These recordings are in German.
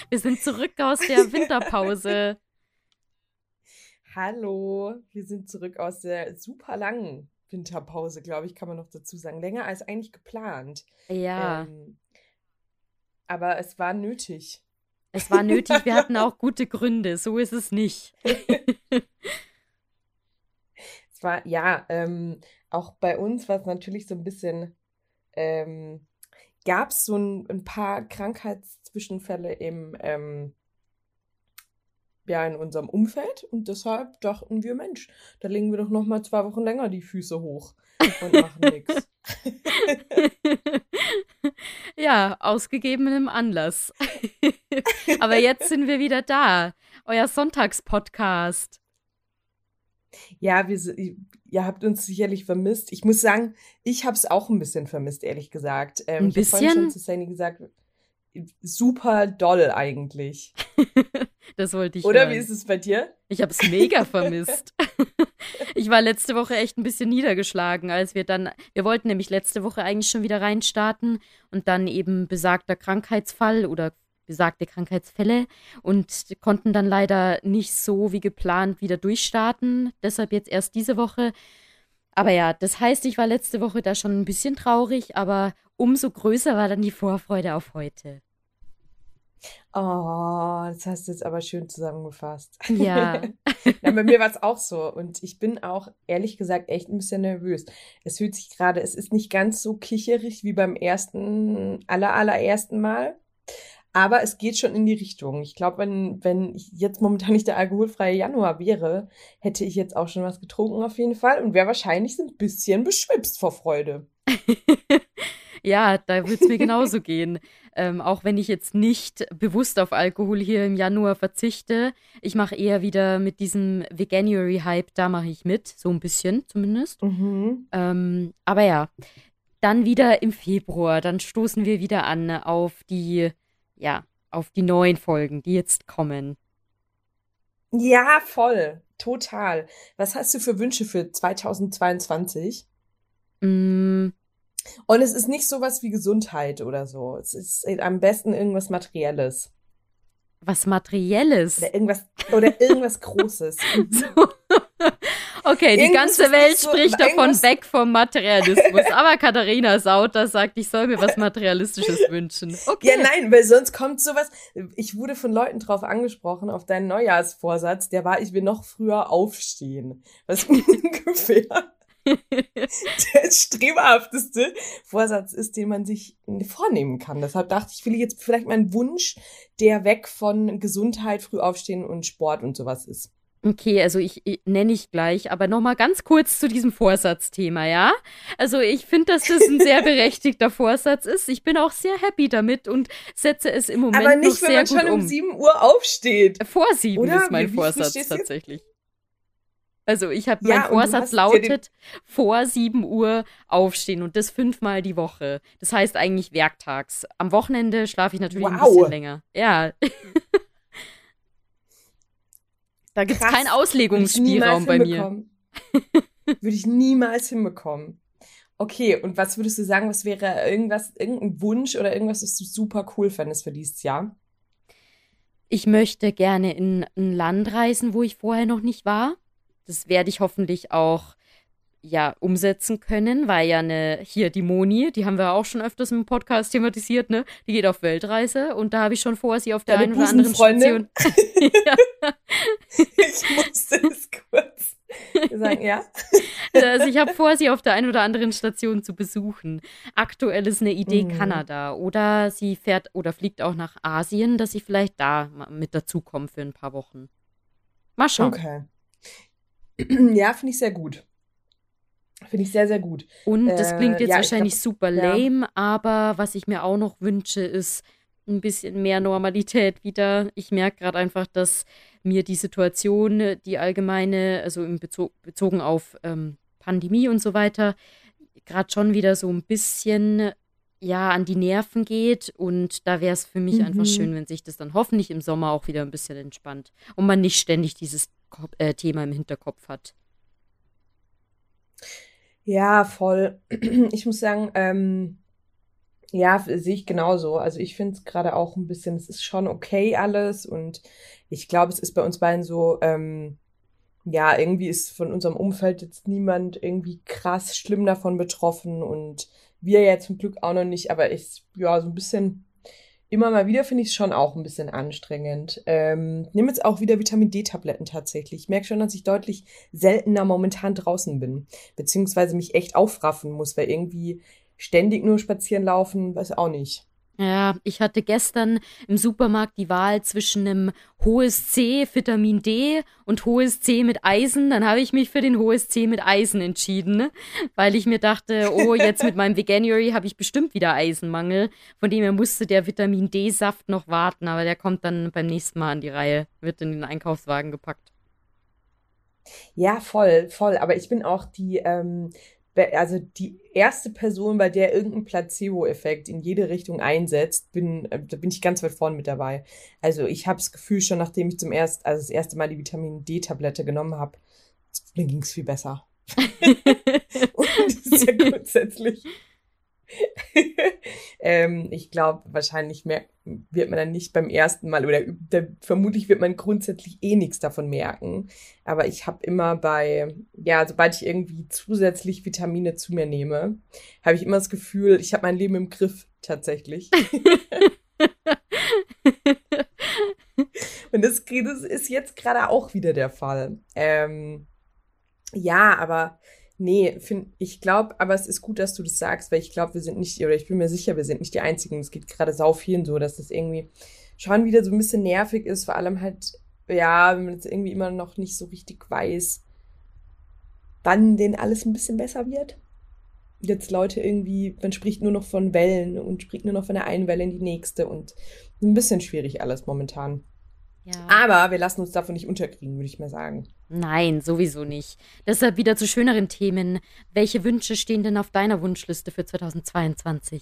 Wir sind zurück aus der Winterpause. Hallo, wir sind zurück aus der super langen Winterpause, glaube ich, kann man noch dazu sagen. Länger als eigentlich geplant. Ja, Ähm, aber es war nötig. es war nötig, wir hatten auch gute Gründe, so ist es nicht. Es war, ja, auch bei uns war es natürlich so ein bisschen, ähm, gab es so ein paar Krankheitszwischenfälle ja, in unserem Umfeld und deshalb dachten wir, Mensch, da legen wir doch noch mal 2 Wochen länger die Füße hoch und machen nichts. Ja, aus gegebenem Anlass. Aber jetzt sind wir wieder da. Euer Sonntagspodcast. Ja, ihr habt uns sicherlich vermisst. Ich muss sagen, ich habe es auch ein bisschen vermisst, ehrlich gesagt. Ein Ich habe vorhin schon bisschen? zu Sandy gesagt, super doll eigentlich. Das wollte ich Oder wie hören. ist es bei dir? Ich habe es mega vermisst. Ich war letzte Woche echt ein bisschen niedergeschlagen, als wir wollten nämlich letzte Woche eigentlich schon wieder reinstarten und dann eben besagter Krankheitsfall oder besagte Krankheitsfälle und konnten dann leider nicht so wie geplant wieder durchstarten. Deshalb jetzt erst diese Woche. Aber ja, das heißt, ich war letzte Woche da schon ein bisschen traurig, aber umso größer war dann die Vorfreude auf heute. Oh, das hast du jetzt aber schön zusammengefasst. Ja. Ja, bei mir war es auch so und ich bin auch ehrlich gesagt echt ein bisschen nervös. Es ist nicht ganz so kicherig wie beim allerersten Mal, aber es geht schon in die Richtung. Ich glaube, wenn ich jetzt momentan nicht der alkoholfreie Januar wäre, hätte ich jetzt auch schon was getrunken auf jeden Fall und wäre wahrscheinlich so ein bisschen beschwipst vor Freude. Ja, da wird es mir genauso gehen. Auch wenn ich jetzt nicht bewusst auf Alkohol hier im Januar verzichte. Ich mache eher wieder mit diesem Veganuary-Hype, da mache ich mit, so ein bisschen zumindest. Mhm. Aber ja, dann wieder im Februar, dann stoßen wir wieder an ja, auf die neuen Folgen, die jetzt kommen. Ja, voll. Total. Was hast du für Wünsche für 2022? Mm, Und es ist nicht sowas wie Gesundheit oder so. Es ist am besten irgendwas Materielles. Was Materielles. Oder irgendwas Großes. So. Mhm. Okay, die Irgendwas, ganze was nicht Welt so, spricht davon irgendwas. weg vom Materialismus. Aber Katharina Sauter sagt, ich soll mir was Materialistisches wünschen. Ja, Okay. nein, weil sonst kommt sowas. Ich wurde von Leuten drauf angesprochen, auf deinen Neujahrsvorsatz. Der war, ich will noch früher aufstehen. Was ungefähr der streberhafteste Vorsatz ist, den man sich vornehmen kann. Deshalb dachte ich, will ich jetzt vielleicht mal einen Wunsch, der weg von Gesundheit, früh aufstehen und Sport und sowas ist. Okay, also ich nenne ich gleich, aber nochmal ganz kurz zu diesem Vorsatzthema, ja? Also ich finde, dass das ein sehr berechtigter Vorsatz ist. Ich bin auch sehr happy damit und setze es im Aber Moment noch nicht, wenn sehr man gut schon um um. 7 Uhr aufsteht. Vor 7 Oder? ist mein Wie Vorsatz verstehst du jetzt? tatsächlich. Also mein Ja, und du Vorsatz hast dir den. lautet, vor 7 Uhr aufstehen und das 5-mal die Woche. Das heißt eigentlich werktags. Am Wochenende schlafe ich natürlich ein bisschen Wow! länger. Ja, da gibt es keinen Krass! Würde ich niemals Auslegungsspielraum bei mir. hinbekommen. Würde ich niemals hinbekommen. Okay, und was würdest du sagen, was wäre irgendein Wunsch oder irgendwas, was du super cool fändest für dieses Jahr? Ich möchte gerne in ein Land reisen, wo ich vorher noch nicht war. Das werde ich hoffentlich auch ja umsetzen können, weil ja hier die Moni, die haben wir auch schon öfters im Podcast thematisiert, ne? Die geht auf Weltreise und da habe ich schon vor, sie auf der Deine einen oder anderen Station. Busenfreundin? Ja. Ich musste es kurz sagen, ja? Also ich habe vor, sie auf der einen oder anderen Station zu besuchen. Aktuell ist eine Idee Mhm. Kanada oder sie fährt oder fliegt auch nach Asien, dass ich vielleicht da mal mit dazukomme für ein paar Wochen. Mal schauen. Okay. Ja, finde ich sehr gut. Finde ich sehr, sehr gut. Und das klingt jetzt Ja, ich wahrscheinlich glaube, super ja. lame, aber was ich mir auch noch wünsche, ist ein bisschen mehr Normalität wieder. Ich merke gerade einfach, dass mir die Situation, die allgemeine, also bezogen auf Pandemie und so weiter, gerade schon wieder so ein bisschen ja an die Nerven geht. Und da wäre es für mich einfach schön, Mhm. wenn sich das dann hoffentlich im Sommer auch wieder ein bisschen entspannt und man nicht ständig dieses Thema im Hinterkopf hat. Ja, voll. Ich muss sagen, Ja, sehe ich genauso. Also ich finde es gerade auch ein bisschen, es ist schon okay alles und ich glaube, es ist bei uns beiden so, ja, irgendwie ist von unserem Umfeld jetzt niemand irgendwie krass schlimm davon betroffen und wir ja zum Glück auch noch nicht, aber ich, ja, so ein bisschen, immer mal wieder finde ich es schon auch ein bisschen anstrengend. Nehme jetzt auch wieder Vitamin D-Tabletten tatsächlich. Ich merke schon, dass ich deutlich seltener momentan draußen bin, beziehungsweise mich echt aufraffen muss, weil irgendwie ständig nur spazieren laufen, weiß auch nicht. Ja, ich hatte gestern im Supermarkt die Wahl zwischen einem hohes C, Vitamin D und hohes C mit Eisen. Dann habe ich mich für den hohes C mit Eisen entschieden, ne? Weil ich mir dachte, oh, jetzt mit meinem Veganuary habe ich bestimmt wieder Eisenmangel. Von dem her musste der Vitamin D-Saft noch warten, aber der kommt dann beim nächsten Mal an die Reihe, wird in den Einkaufswagen gepackt. Ja, voll, voll. Aber ich bin auch also die erste Person, bei der irgendein Placebo-Effekt in jede Richtung einsetzt, da bin ich ganz weit vorne mit dabei. Also ich habe das Gefühl schon, nachdem ich also das erste Mal die Vitamin D-Tablette genommen habe, mir ging es viel besser. Und das ist ja grundsätzlich. Ich glaube, wahrscheinlich wird man dann nicht beim ersten Mal oder vermutlich wird man grundsätzlich eh nichts davon merken. Aber ich habe immer ja, sobald ich irgendwie zusätzlich Vitamine zu mir nehme, habe ich immer das Gefühl, ich habe mein Leben im Griff tatsächlich. Und das ist jetzt gerade auch wieder der Fall. Ja, aber nee, ich glaube, aber es ist gut, dass du das sagst, weil ich glaube, wir sind nicht, oder ich bin mir sicher, wir sind nicht die Einzigen. Es geht gerade sau vielen so, dass das irgendwie schon wieder so ein bisschen nervig ist, vor allem halt, ja, wenn man jetzt irgendwie immer noch nicht so richtig weiß, wann denn alles ein bisschen besser wird. Jetzt Leute irgendwie, man spricht nur noch von Wellen und spricht nur noch von der einen Welle in die nächste und ein bisschen schwierig alles momentan. Ja. Aber wir lassen uns davon nicht unterkriegen, würde ich mal sagen. Nein, sowieso nicht. Deshalb wieder zu schöneren Themen. Welche Wünsche stehen denn auf deiner Wunschliste für 2022?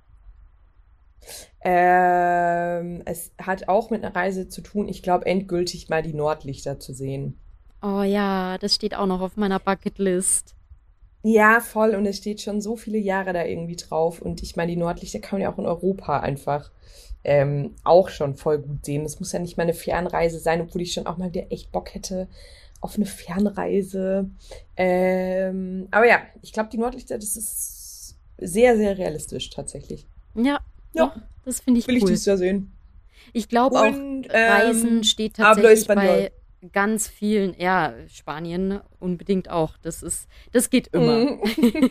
Es hat auch mit einer Reise zu tun. Ich glaube, endgültig mal die Nordlichter zu sehen. Oh ja, das steht auch noch auf meiner Bucketlist. Ja, voll. Und es steht schon so viele Jahre da irgendwie drauf. Und ich meine, die Nordlichter kann man ja auch in Europa einfach auch schon voll gut sehen. Das muss ja nicht mal eine Fernreise sein, obwohl ich schon auch mal wieder echt Bock hätte auf eine Fernreise. Aber ja, ich glaube, die Nordlichter, das ist sehr, sehr realistisch tatsächlich. Ja, Ja, doch, das finde ich will ich cool. dies Jahr sehen. Ich glaube auch, Und Reisen steht Hablo tatsächlich Español. bei ganz vielen, ja, Spanien unbedingt auch. Das geht immer. Mhm.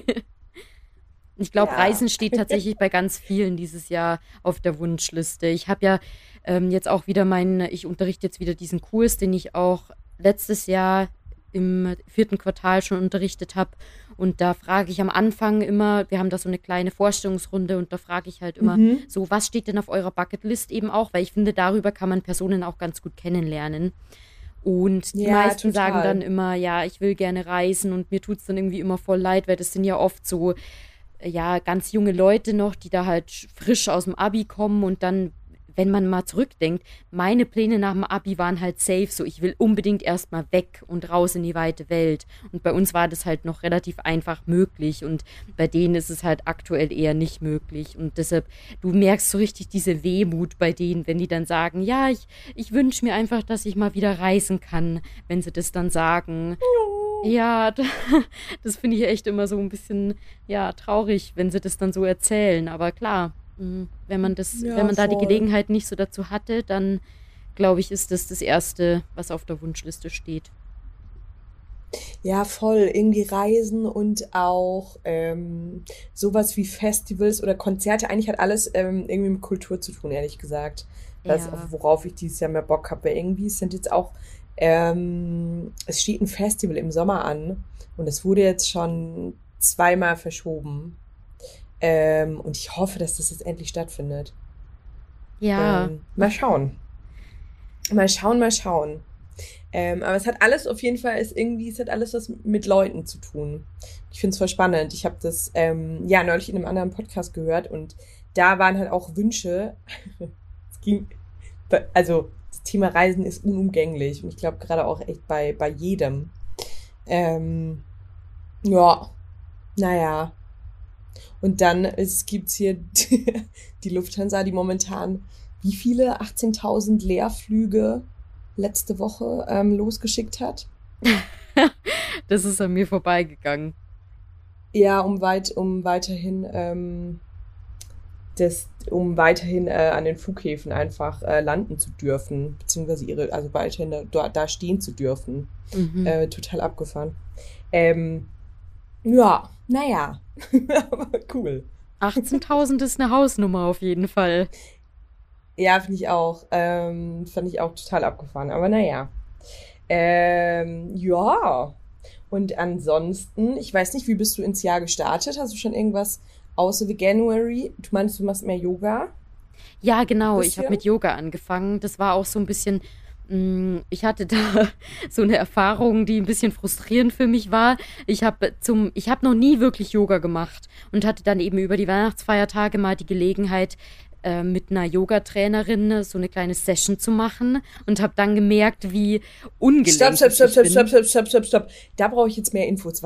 Ich glaube, Ja. Reisen steht tatsächlich bei ganz vielen dieses Jahr auf der Wunschliste. Ich habe ja jetzt auch wieder ich unterrichte jetzt wieder diesen Kurs, den ich auch letztes Jahr im vierten Quartal schon unterrichtet habe. Und da frage ich am Anfang immer, wir haben da so eine kleine Vorstellungsrunde und da frage ich halt immer Mhm. so, was steht denn auf eurer Bucketlist eben auch? Weil ich finde, darüber kann man Personen auch ganz gut kennenlernen. Und die Ja, meisten sagen dann total. immer, ja, ich will gerne reisen und mir tut es dann irgendwie immer voll leid, weil das sind ja oft so ja, ganz junge Leute noch, die da halt frisch aus dem Abi kommen und dann, wenn man mal zurückdenkt, meine Pläne nach dem Abi waren halt safe, so ich will unbedingt erstmal weg und raus in die weite Welt. Und bei uns war das halt noch relativ einfach möglich und bei denen ist es halt aktuell eher nicht möglich. Und deshalb, du merkst so richtig diese Wehmut bei denen, wenn die dann sagen, ja, ich wünsche mir einfach, dass ich mal wieder reisen kann, wenn sie das dann sagen. Ja, das finde ich echt immer so ein bisschen, ja, traurig, wenn sie das dann so erzählen. Aber klar, wenn Ja, man da die voll. Gelegenheit nicht so dazu hatte, dann glaube ich, ist das das Erste, was auf der Wunschliste steht. Ja, voll. Irgendwie Reisen und auch sowas wie Festivals oder Konzerte. Eigentlich hat alles irgendwie mit Kultur zu tun, ehrlich gesagt. Das, Ja, worauf ich dieses Jahr mehr Bock habe. Weil irgendwie sind jetzt auch, es steht ein Festival im Sommer an und es wurde jetzt schon zweimal verschoben. Und ich hoffe, dass das jetzt endlich stattfindet. ja, Mal schauen. Mal schauen, mal schauen. Aber es hat alles auf jeden Fall, es hat alles was mit Leuten zu tun. Ich finde es voll spannend. Ich habe das ja neulich in einem anderen Podcast gehört und da waren halt auch Wünsche. Es ging, also das Thema Reisen ist unumgänglich und ich glaube gerade auch echt bei jedem. Ähm, ja, naja. Und dann gibt's hier die Lufthansa, die momentan wie viele 18.000 Leerflüge letzte Woche losgeschickt hat. Das ist an mir vorbeigegangen. Ja, um weiterhin an den Flughäfen einfach landen zu dürfen, beziehungsweise also weiterhin da stehen zu dürfen. Mhm. Total abgefahren. Ja, naja, aber cool. 18.000 ist eine Hausnummer auf jeden Fall. Ja, finde ich auch. Fand ich auch total abgefahren. Aber naja. Ja. Und ansonsten, ich weiß nicht, wie bist du ins Jahr gestartet? Hast du schon irgendwas außer Veganuary? Du meinst, du machst mehr Yoga? Ja, genau. Ich habe Bisschen? mit Yoga angefangen. Das war auch so ein bisschen, ich hatte da so eine Erfahrung, die ein bisschen frustrierend für mich war. Ich habe noch nie wirklich Yoga gemacht und hatte dann eben über die Weihnachtsfeiertage mal die Gelegenheit, mit einer Yogatrainerin so eine kleine Session zu machen und habe dann gemerkt, wie Stopp, stopp, ungelenkig stopp, ich stopp, stopp, bin. stopp, stopp, stopp, stopp. Da brauche ich jetzt mehr Infos.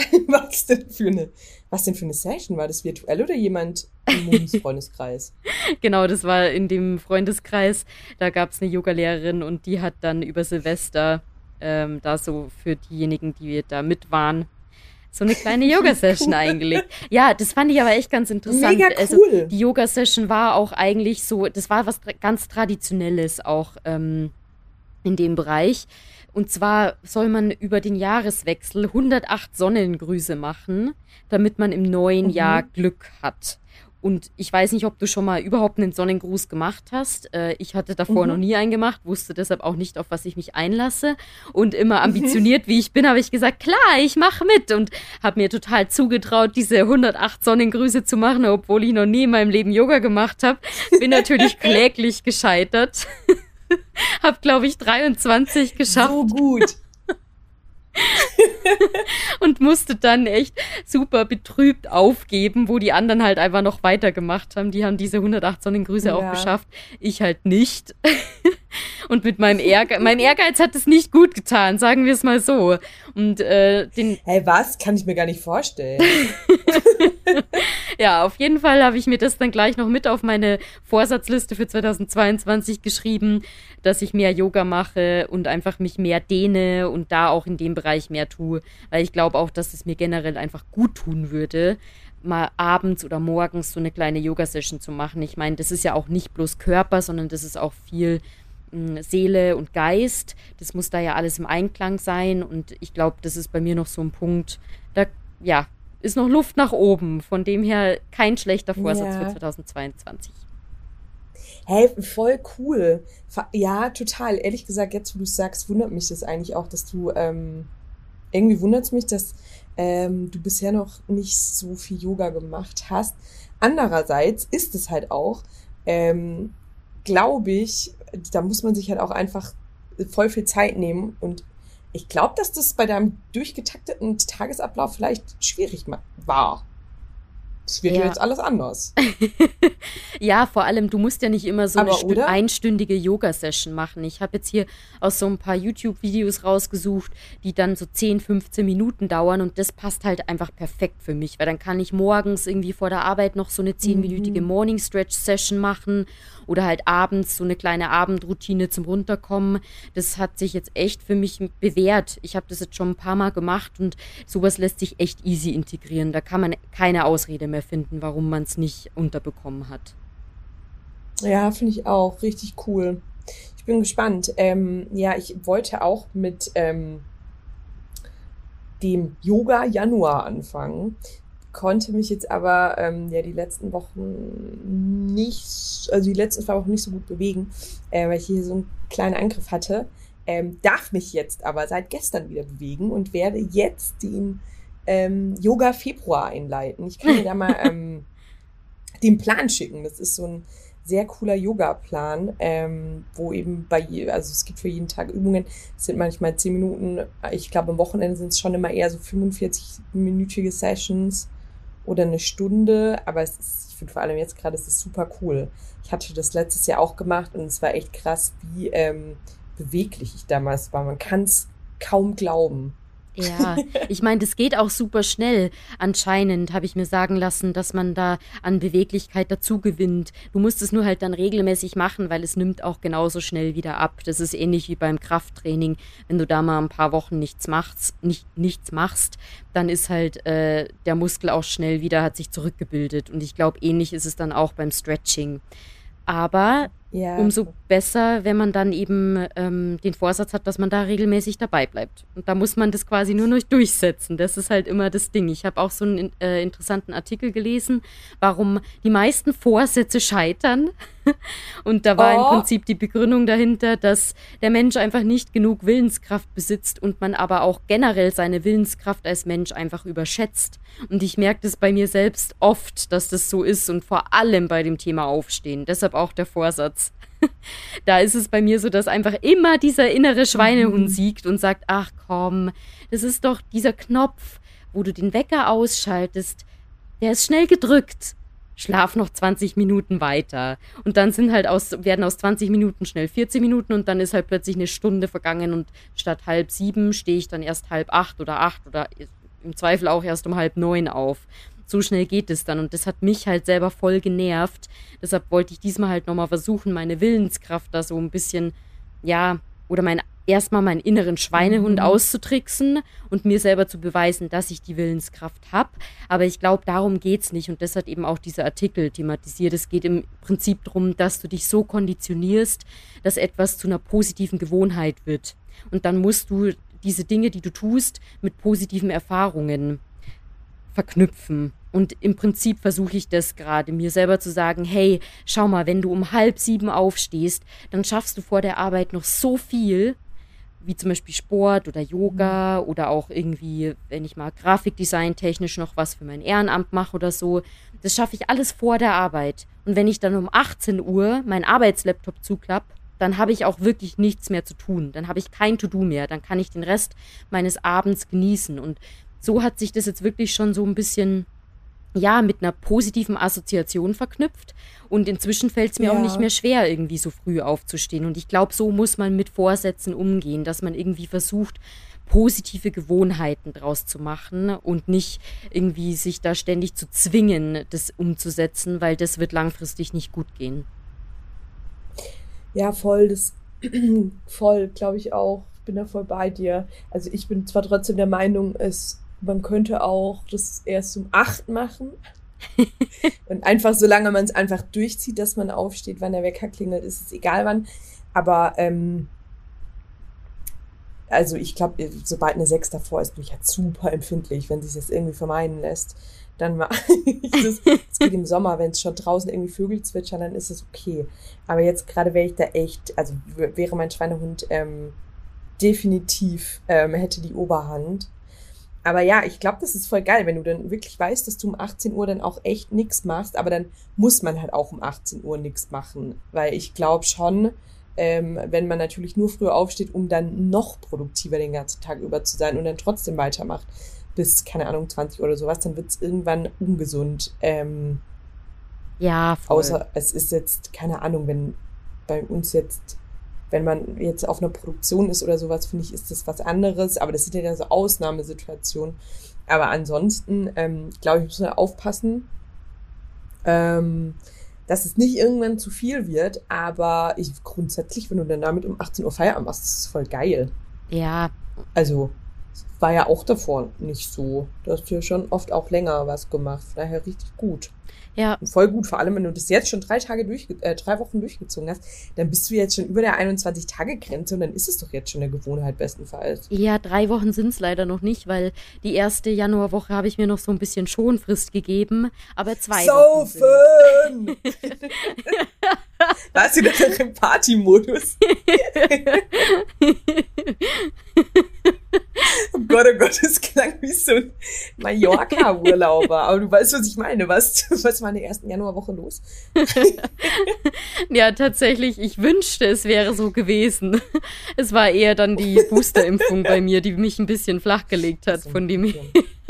Was denn für eine Session? War das virtuell oder jemand im Monis Freundeskreis? Genau, das war in dem Freundeskreis. Da gab es eine Yogalehrerin und die hat dann über Silvester da so für diejenigen, die da mit waren, so eine kleine Yoga-Session Cool. eingelegt. Ja, das fand ich aber echt ganz interessant. Mega Also cool. die Yoga-Session war auch eigentlich so, das war was ganz Traditionelles auch in dem Bereich. Und zwar soll man über den Jahreswechsel 108 Sonnengrüße machen, damit man im neuen Jahr Mhm. Glück hat. Und ich weiß nicht, ob du schon mal überhaupt einen Sonnengruß gemacht hast. Ich hatte davor noch Mhm. nie einen gemacht, wusste deshalb auch nicht, auf was ich mich einlasse. Und immer Mhm. ambitioniert, wie ich bin, habe ich gesagt, klar, ich mache mit. Und habe mir total zugetraut, diese 108 Sonnengrüße zu machen, obwohl ich noch nie in meinem Leben Yoga gemacht habe. Bin natürlich kläglich gescheitert. Hab, glaube ich, 23 So geschafft gut. und musste dann echt super betrübt aufgeben, wo die anderen halt einfach noch weitergemacht haben. Die haben diese 108 Sonnengrüße auch Ja. geschafft. Ich halt nicht. Und mit meinem Ehrgeiz hat es nicht gut getan, sagen wir es mal so. Und Hey, was? Kann ich mir gar nicht vorstellen. ja, auf jeden Fall habe ich mir das dann gleich noch mit auf meine Vorsatzliste für 2022 geschrieben, dass ich mehr Yoga mache und einfach mich mehr dehne und da auch in dem Bereich mehr tue, weil ich glaube auch, dass es mir generell einfach gut tun würde, mal abends oder morgens so eine kleine Yoga-Session zu machen. Ich meine, das ist ja auch nicht bloß Körper, sondern das ist auch viel Seele und Geist. Das muss da ja alles im Einklang sein und ich glaube, das ist bei mir noch so ein Punkt, da ja, ist noch Luft nach oben. Von dem her kein schlechter Vorsatz für Ja. 2022. Hey, voll cool. Ja, total. Ehrlich gesagt, jetzt wo du es sagst, wundert mich das eigentlich auch, dass irgendwie wundert es mich, dass du bisher noch nicht so viel Yoga gemacht hast. Andererseits ist es halt auch, ähm, glaube ich, da muss man sich halt auch einfach voll viel Zeit nehmen und ich glaube, dass das bei deinem durchgetakteten Tagesablauf vielleicht schwierig war. Das wird ja Ja. jetzt alles anders. Ja, vor allem, du musst ja nicht immer so eine Aber oder? einstündige Yoga-Session machen. Ich habe jetzt hier aus so ein paar YouTube-Videos rausgesucht, die dann so 10, 15 Minuten dauern und das passt halt einfach perfekt für mich, weil dann kann ich morgens irgendwie vor der Arbeit noch so eine 10-minütige Mhm. Morning-Stretch-Session machen oder halt abends so eine kleine Abendroutine zum Runterkommen. Das hat sich jetzt echt für mich bewährt. Ich habe das jetzt schon ein paar Mal gemacht und sowas lässt sich echt easy integrieren. Da kann man keine Ausrede mehr finden, warum man es nicht unterbekommen hat. Ja, finde ich auch richtig cool. Ich bin gespannt. Ja, ich wollte auch mit dem Yoga Januar anfangen, konnte mich jetzt aber ja die letzten Wochen nicht, also die letzten 2 Wochen nicht so gut bewegen, weil ich hier so einen kleinen Angriff hatte. Darf mich jetzt aber seit gestern wieder bewegen und werde jetzt den Yoga Februar einleiten. Ich kann dir da mal den Plan schicken. Das ist so ein sehr cooler Yoga-Plan, wo eben also es gibt für jeden Tag Übungen, es sind manchmal 10 Minuten, ich glaube am Wochenende sind es schon immer eher so 45-minütige Sessions oder eine Stunde, aber ich finde vor allem jetzt gerade, es ist super cool. Ich hatte das letztes Jahr auch gemacht und es war echt krass, wie beweglich ich damals war. Man kann es kaum glauben. Ja, ich meine, das geht auch super schnell. Anscheinend habe ich mir sagen lassen, dass man da an Beweglichkeit dazu gewinnt. Du musst es nur halt dann regelmäßig machen, weil es nimmt auch genauso schnell wieder ab. Das ist ähnlich wie beim Krafttraining. Wenn du da mal ein paar Wochen nichts machst, dann ist halt der Muskel auch schnell wieder, hat sich zurückgebildet. Und ich glaube, ähnlich ist es dann auch beim Stretching. Aber Ja, umso besser, wenn man dann eben den Vorsatz hat, dass man da regelmäßig dabei bleibt. Und da muss man das quasi nur noch durchsetzen. Das ist halt immer das Ding. Ich habe auch so einen interessanten Artikel gelesen, warum die meisten Vorsätze scheitern. Und da war im oh, Prinzip die Begründung dahinter, dass der Mensch einfach nicht genug Willenskraft besitzt und man aber auch generell seine Willenskraft als Mensch einfach überschätzt. Und ich merke das bei mir selbst oft, dass das so ist und vor allem bei dem Thema Aufstehen. Deshalb auch der Vorsatz. Da ist es bei mir so, dass einfach immer dieser innere Schweinehund mhm. siegt und sagt, ach komm, das ist doch dieser Knopf, wo du den Wecker ausschaltest, der ist schnell gedrückt. Schlaf noch 20 Minuten weiter. Und dann werden aus 20 Minuten schnell 40 Minuten und dann ist halt plötzlich eine Stunde vergangen und statt 6:30 stehe ich dann erst 7:30 oder 8 oder im Zweifel auch erst um 8:30 auf. So schnell geht es dann und das hat mich halt selber voll genervt. Deshalb wollte ich diesmal halt nochmal versuchen, meine Willenskraft da so ein bisschen, ja, oder erstmal meinen inneren Schweinehund Mhm. auszutricksen und mir selber zu beweisen, dass ich die Willenskraft habe. Aber ich glaube, darum geht's nicht und das hat eben auch dieser Artikel thematisiert. Es geht im Prinzip darum, dass du dich so konditionierst, dass etwas zu einer positiven Gewohnheit wird. Und dann musst du diese Dinge, die du tust, mit positiven Erfahrungen verknüpfen. Und im Prinzip versuche ich das gerade, mir selber zu sagen, hey, schau mal, wenn du um 6:30 aufstehst, dann schaffst du vor der Arbeit noch so viel, wie zum Beispiel Sport oder Yoga oder auch irgendwie, wenn ich mal Grafikdesign technisch noch was für mein Ehrenamt mache oder so. Das schaffe ich alles vor der Arbeit. Und wenn ich dann um 18 Uhr meinen Arbeitslaptop zuklappe, dann habe ich auch wirklich nichts mehr zu tun. Dann habe ich kein To-Do mehr. Dann kann ich den Rest meines Abends genießen. Und so hat sich das jetzt wirklich schon so ein bisschen, ja, mit einer positiven Assoziation verknüpft. Und inzwischen fällt es mir auch nicht Ja. mehr schwer, irgendwie so früh aufzustehen. Und ich glaube, so muss man mit Vorsätzen umgehen, dass man irgendwie versucht, positive Gewohnheiten draus zu machen und nicht irgendwie sich da ständig zu zwingen, das umzusetzen, weil das wird langfristig nicht gut gehen. Ja, voll, voll, glaube ich auch. Ich bin da voll bei dir. Also ich bin zwar trotzdem der Meinung, man könnte auch das erst um 8 machen und einfach, solange man es einfach durchzieht, dass man aufsteht, wann der Wecker klingelt, ist es egal wann. Aber also ich glaube, sobald eine 6 davor ist, bin ich halt super empfindlich, wenn sich das irgendwie vermeiden lässt. Dann mache ich das. Es geht im Sommer, wenn es schon draußen irgendwie Vögel zwitschern, dann ist es okay. Aber jetzt gerade wäre ich da echt, also wäre mein Schweinehund definitiv hätte die Oberhand. Aber ja, ich glaube, das ist voll geil, wenn du dann wirklich weißt, dass du um 18 Uhr dann auch echt nichts machst, aber dann muss man halt auch um 18 Uhr nichts machen. Weil ich glaube schon, wenn man natürlich nur früher aufsteht, um dann noch produktiver den ganzen Tag über zu sein und dann trotzdem weitermacht bis, keine Ahnung, 20 Uhr oder sowas, dann wird es irgendwann ungesund. Ja, voll. Außer es ist jetzt, keine Ahnung, wenn bei uns jetzt, wenn man jetzt auf einer Produktion ist oder sowas, finde ich, ist das was anderes. Aber das sind ja so Ausnahmesituationen. Aber ansonsten, glaube ich, muss man aufpassen, dass es nicht irgendwann zu viel wird. Aber grundsätzlich, wenn du dann damit um 18 Uhr Feierabend machst, das ist voll geil. Ja, Also, war ja auch davor nicht so. Du hast ja schon oft auch länger was gemacht. Von daher richtig gut. ja, Und voll gut, vor allem wenn du das jetzt schon 3 Wochen durchgezogen hast, dann bist du jetzt schon über der 21-Tage-Grenze und dann ist es doch jetzt schon eine Gewohnheit bestenfalls. ja, 3 Wochen sind es leider noch nicht, weil die erste Januarwoche habe ich mir noch so ein bisschen Schonfrist gegeben, aber 2 Wochen sind's. Saufen! Warst du da noch im Party-Modus? Oh Gott, das klang wie so ein Mallorca-Urlauber. Aber du weißt, was ich meine. Was war in der ersten Januarwoche los? Ja, tatsächlich, ich wünschte, es wäre so gewesen. Es war eher dann die Boosterimpfung bei mir, die mich ein bisschen flachgelegt hat. So, Von dem her okay.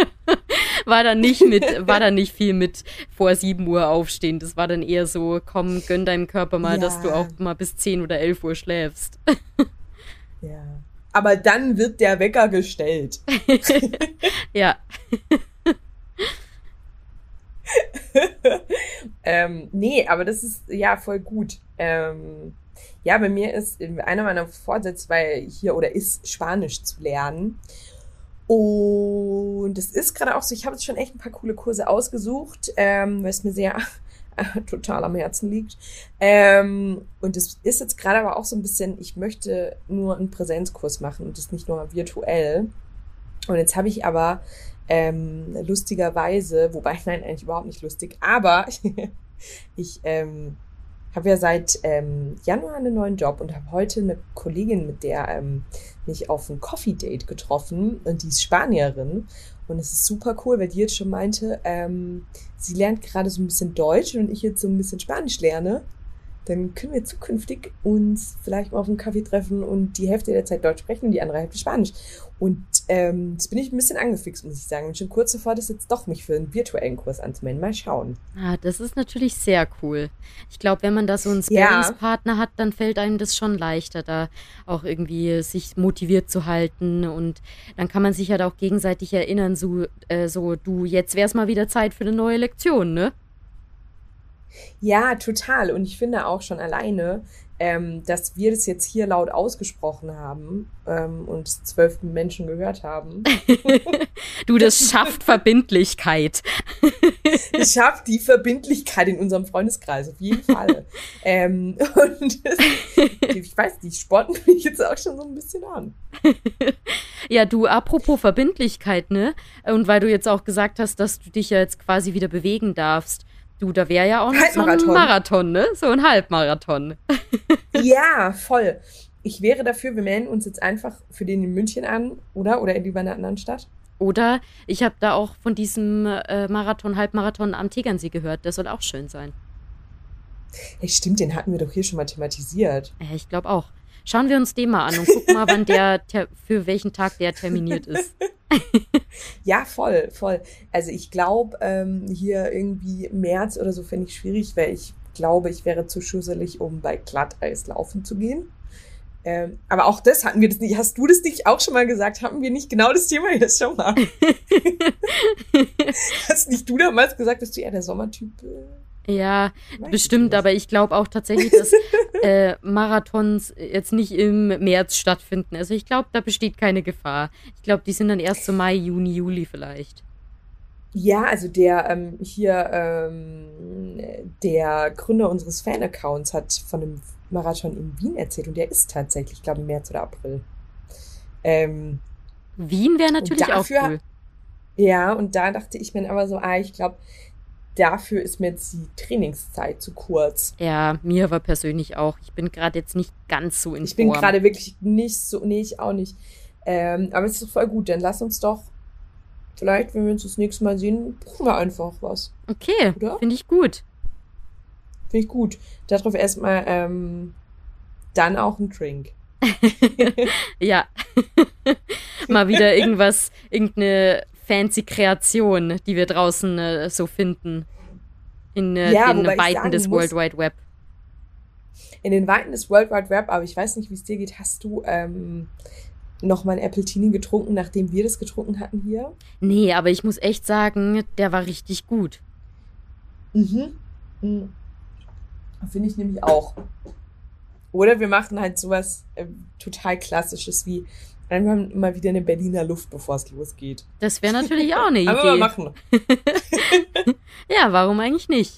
war da nicht viel mit vor 7 Uhr aufstehen. Das war dann eher so, komm, gönn deinem Körper mal, dass du auch Ja, mal bis 10 oder 11 Uhr schläfst. ja. aber dann wird der Wecker gestellt. Ja. Nee, aber das ist ja voll gut. Ja, bei mir ist einer meiner Vorsätze, ist Spanisch zu lernen. Und es ist gerade auch so, ich habe jetzt schon echt ein paar coole Kurse ausgesucht, weil es mir sehr total am Herzen liegt. Und es ist jetzt gerade aber auch so ein bisschen, ich möchte nur einen Präsenzkurs machen und das nicht nur virtuell. Und jetzt habe ich aber lustigerweise, wobei, nein, eigentlich überhaupt nicht lustig, aber ich habe ja seit Januar einen neuen Job und habe heute eine Kollegin, mit der mich auf ein Coffee-Date getroffen, und die ist Spanierin. Und es ist super cool, weil die jetzt schon meinte, sie lernt gerade so ein bisschen Deutsch und ich jetzt so ein bisschen Spanisch lerne. Dann können wir zukünftig uns vielleicht mal auf einen Kaffee treffen und die Hälfte der Zeit Deutsch sprechen und die andere Hälfte Spanisch. Und jetzt bin ich ein bisschen angefixt, muss ich sagen. Bin schon kurz davor, das jetzt doch mich für einen virtuellen Kurs anzumelden. Mal schauen. Ah, das ist natürlich sehr cool. Ich glaube, wenn man da so einen Ja, Sparringspartner hat, dann fällt einem das schon leichter, da auch irgendwie sich motiviert zu halten. Und dann kann man sich halt auch gegenseitig erinnern, so du, jetzt wär's mal wieder Zeit für eine neue Lektion, ne? ja, total. Und ich finde auch schon alleine, dass wir das jetzt hier laut ausgesprochen haben und es 12 Menschen gehört haben. Du, das schafft Verbindlichkeit. Es schafft die Verbindlichkeit in unserem Freundeskreis, auf jeden Fall. Und ich weiß, die sporten mich jetzt auch schon so ein bisschen an. Ja, du, apropos Verbindlichkeit, ne? Und weil du jetzt auch gesagt hast, dass du dich ja jetzt quasi wieder bewegen darfst. Du, da wäre ja auch noch so ein Halbmarathon. Marathon, ne? So ein Halbmarathon. Ja, voll. Ich wäre dafür, wir melden uns jetzt einfach für den in München an, oder? Oder lieber in einer anderen Stadt. Oder ich habe da auch von diesem Marathon, Halbmarathon am Tegernsee gehört. Der soll auch schön sein. Hey, stimmt, den hatten wir doch hier schon mal thematisiert. Ich glaube auch. Schauen wir uns den mal an und gucken mal, wann für welchen Tag der terminiert ist. Ja, voll, voll. Also ich glaube, hier irgendwie März oder so fände ich schwierig, weil ich glaube, ich wäre zu schusselig, um bei Glatteis laufen zu gehen. Aber auch das hatten wir das nicht. Hast du das nicht auch schon mal gesagt? Hatten wir nicht genau das Thema jetzt schon mal? Hast nicht du damals gesagt, dass du eher der Sommertyp Ja, weiß ich bestimmt, nicht. aber ich glaube auch tatsächlich, dass Marathons jetzt nicht im März stattfinden. Also ich glaube, da besteht keine Gefahr. Ich glaube, die sind dann erst so Mai, Juni, Juli vielleicht. Ja, also der Gründer unseres Fan-Accounts hat von einem Marathon in Wien erzählt und der ist tatsächlich, ich glaube, im März oder April. Ähm, Wien wäre und natürlich auch dafür, cool. ja, und da dachte ich mir aber so, ich glaube, dafür ist mir jetzt die Trainingszeit zu kurz. Ja, mir war persönlich auch. Ich bin gerade jetzt nicht ganz so in Ich bin Form. gerade wirklich nicht so, nee, ich auch nicht. Aber es ist doch voll gut, dann lass uns doch, vielleicht, wenn wir uns das nächste Mal sehen, buchen wir einfach was, Okay, oder? finde ich gut. Finde ich gut. Darauf erstmal dann auch ein Drink. Ja, mal wieder irgendeine fancy Kreation, die wir draußen so finden. In Ja, den wobei ich Weiten des sagen World muss, Wide Web. in den Weiten des World Wide Web, aber ich weiß nicht, wie es dir geht, hast du noch mal ein Appletini getrunken, nachdem wir das getrunken hatten hier? Nee, aber ich muss echt sagen, der war richtig gut. Mhm. Mhm. Finde ich nämlich auch. Oder wir machen halt sowas total Klassisches wie einfach mal wieder eine Berliner Luft, bevor es losgeht. Das wäre natürlich auch eine Aber wir Idee. machen. Ja, warum eigentlich nicht?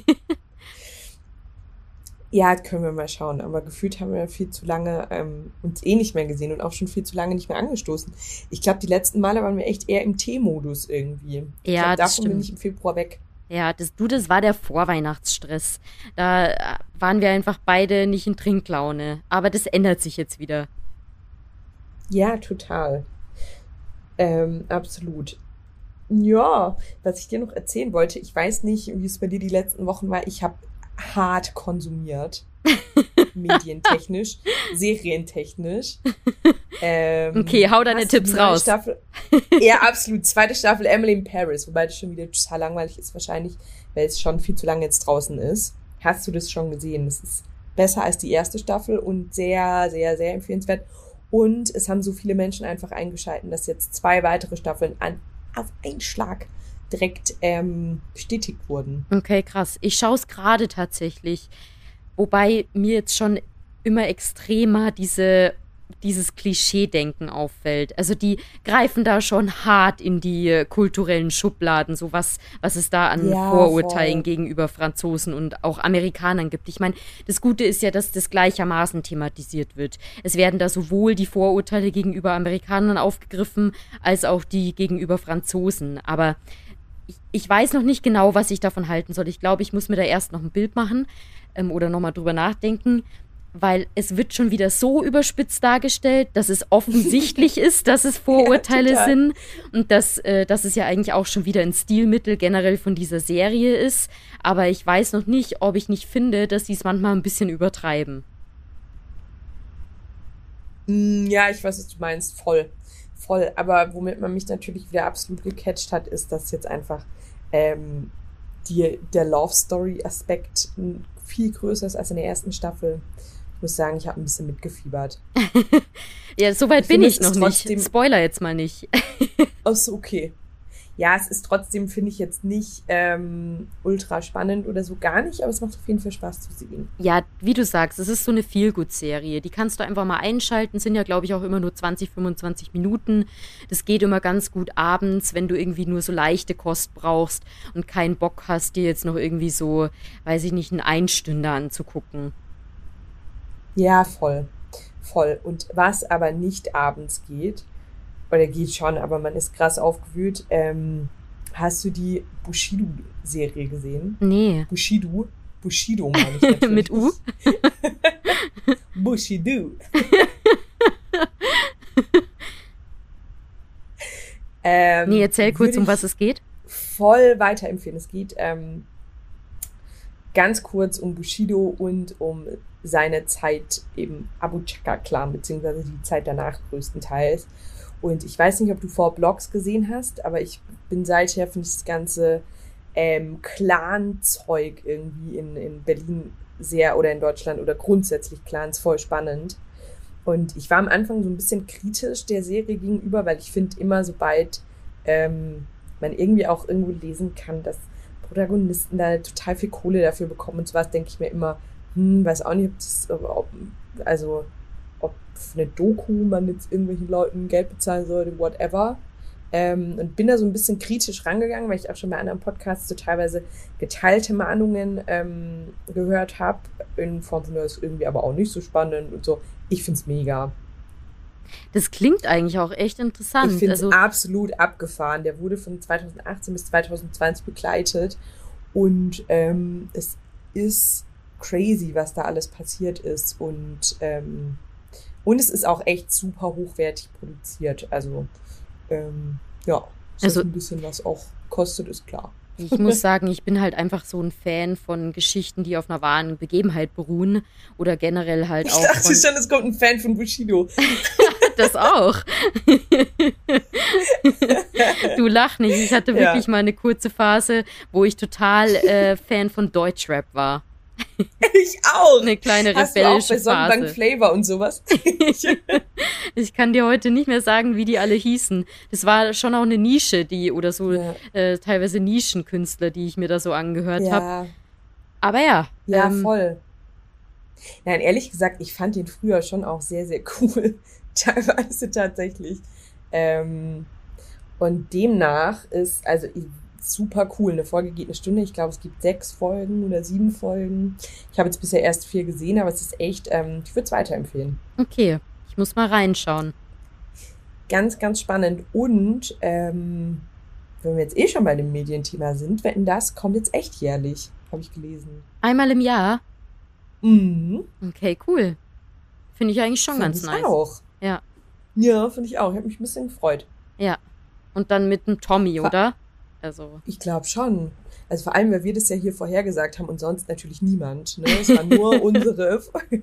Ja, können wir mal schauen. Aber gefühlt haben wir viel zu lange uns nicht mehr gesehen und auch schon viel zu lange nicht mehr angestoßen. Ich glaube, die letzten Male waren wir echt eher im Tee-Modus irgendwie. Ich Ja, glaube, das davon bin ich stimmt. im Februar weg. Ja, das war der Vorweihnachtsstress. Da waren wir einfach beide nicht in Trinklaune. Aber das ändert sich jetzt wieder. Ja, total. Absolut. Ja, was ich dir noch erzählen wollte, ich weiß nicht, wie es bei dir die letzten Wochen war. Ich habe hart konsumiert. Medientechnisch, serientechnisch. Okay, hau deine Hast du die Tipps neue raus. Staffel? Ja, absolut. Zweite Staffel Emily in Paris, wobei das schon wieder total langweilig ist wahrscheinlich, weil es schon viel zu lange jetzt draußen ist. Hast du das schon gesehen? Das ist besser als die erste Staffel und sehr, sehr, sehr empfehlenswert. Und es haben so viele Menschen einfach eingeschaltet, dass jetzt 2 weitere Staffeln auf einen Schlag direkt bestätigt wurden. Okay, krass. Ich schaue es gerade tatsächlich. Wobei mir jetzt schon immer extremer dieses Klischee-Denken auffällt. Also die greifen da schon hart in die kulturellen Schubladen, so was es da an Ja, Vorurteilen voll. gegenüber Franzosen und auch Amerikanern gibt. Ich meine, das Gute ist ja, dass das gleichermaßen thematisiert wird. Es werden da sowohl die Vorurteile gegenüber Amerikanern aufgegriffen, als auch die gegenüber Franzosen. Aber ich weiß noch nicht genau, was ich davon halten soll. Ich glaube, ich muss mir da erst noch ein Bild machen oder nochmal drüber nachdenken, weil es wird schon wieder so überspitzt dargestellt, dass es offensichtlich ist, dass es Ja, Vorurteile total. sind und dass es ja eigentlich auch schon wieder ein Stilmittel generell von dieser Serie ist. Aber ich weiß noch nicht, ob ich nicht finde, dass sie es manchmal ein bisschen übertreiben. Ja, ich weiß, was du meinst, voll. Voll. Aber womit man mich natürlich wieder absolut gecatcht hat, ist, dass jetzt einfach ähm, der Love Story-Aspekt viel größer ist als in der ersten Staffel. Ich muss sagen, ich habe ein bisschen mitgefiebert. Ja, soweit Ich bin finde, es ich noch ist nicht. trotzdem. Spoiler jetzt mal nicht. Ach so, okay. Ja, es ist trotzdem, finde ich, jetzt nicht ultra spannend oder so, gar nicht, aber es macht auf jeden Fall Spaß zu sehen. Ja, wie du sagst, es ist so eine Feel-Good-Serie. Die kannst du einfach mal einschalten. Sind ja, glaube ich, auch immer nur 20, 25 Minuten. Das geht immer ganz gut abends, wenn du irgendwie nur so leichte Kost brauchst und keinen Bock hast, dir jetzt noch irgendwie so, weiß ich nicht, einen Einstünder anzugucken. Ja, voll. Voll. Und was aber nicht abends geht, oder geht schon, aber man ist krass aufgewühlt, hast du die Bushido-Serie gesehen? Nee. Bushido? Bushido meine ich Mit natürlich. U? Bushido. Nee, erzähl kurz, Würde um was ich es geht. voll weiterempfehlen. Es geht ganz kurz um Bushido und um seine Zeit im Abu Chaka-Clan, beziehungsweise die Zeit danach größtenteils. Und ich weiß nicht, ob du vor Blogs gesehen hast, aber ich bin seither, finde ich das ganze Clan-Zeug irgendwie in Berlin sehr oder in Deutschland oder grundsätzlich Clans voll spannend. Und ich war am Anfang so ein bisschen kritisch der Serie gegenüber, weil ich finde immer, sobald man irgendwie auch irgendwo lesen kann, dass Protagonisten da total viel Kohle dafür bekommen und sowas, denke ich mir immer, weiß auch nicht, also ob für eine Doku man jetzt irgendwelchen Leuten Geld bezahlen sollte, whatever. Und bin da so ein bisschen kritisch rangegangen, weil ich auch schon bei anderen Podcasts so teilweise geteilte Meinungen gehört habe, in Form von, das ist irgendwie aber auch nicht so spannend und so. Ich find's mega. Das klingt eigentlich auch echt Ich interessant. finde es Also, absolut abgefahren. Der wurde von 2018 bis 2020 begleitet und es ist crazy, was da alles passiert ist und es ist auch echt super hochwertig produziert. Also ja, dass das also ein bisschen was auch kostet, ist klar. ich muss sagen, ich bin halt einfach so ein Fan von Geschichten, die auf einer wahren Begebenheit beruhen oder generell halt Ich auch dachte von schon, es kommt ein Fan von Bushido. das auch. Du lach nicht. Ich hatte Ja, wirklich mal eine kurze Phase, wo ich total Fan von Deutschrap war. ich auch. Eine kleine Hast du auch rebellische bei Sonnenbank Phase. Flavor und sowas? Ich kann dir heute nicht mehr sagen, wie die alle hießen. Das war schon auch eine Nische, die oder so Ja, teilweise Nischenkünstler, die ich mir da so angehört habe. ja, Aber ja, ja, voll. Nein, ehrlich gesagt, ich fand den früher schon auch sehr, sehr cool. Teilweise tatsächlich. Ähm, und demnach ist, also super cool. Eine Folge geht eine Stunde. Ich glaube, es gibt 6 Folgen oder 7 Folgen. Ich habe jetzt bisher erst 4 gesehen, aber es ist echt, ich würde es weiterempfehlen. okay. Ich muss mal reinschauen. Ganz, ganz spannend. Und wenn wir jetzt eh schon bei dem Medienthema sind, Wetten, das kommt jetzt echt jährlich, habe ich gelesen. Einmal im Jahr? Mhm, Okay, cool. Finde ich eigentlich schon finde ganz ich nice. auch. Ja, Ja, finde ich auch. Ich habe mich ein bisschen gefreut. ja. Und dann mit dem Tommy, Vor oder? Also. Ich glaube schon. Also vor allem, weil wir das ja hier vorhergesagt haben und sonst natürlich niemand. Ne? Es war nur unsere.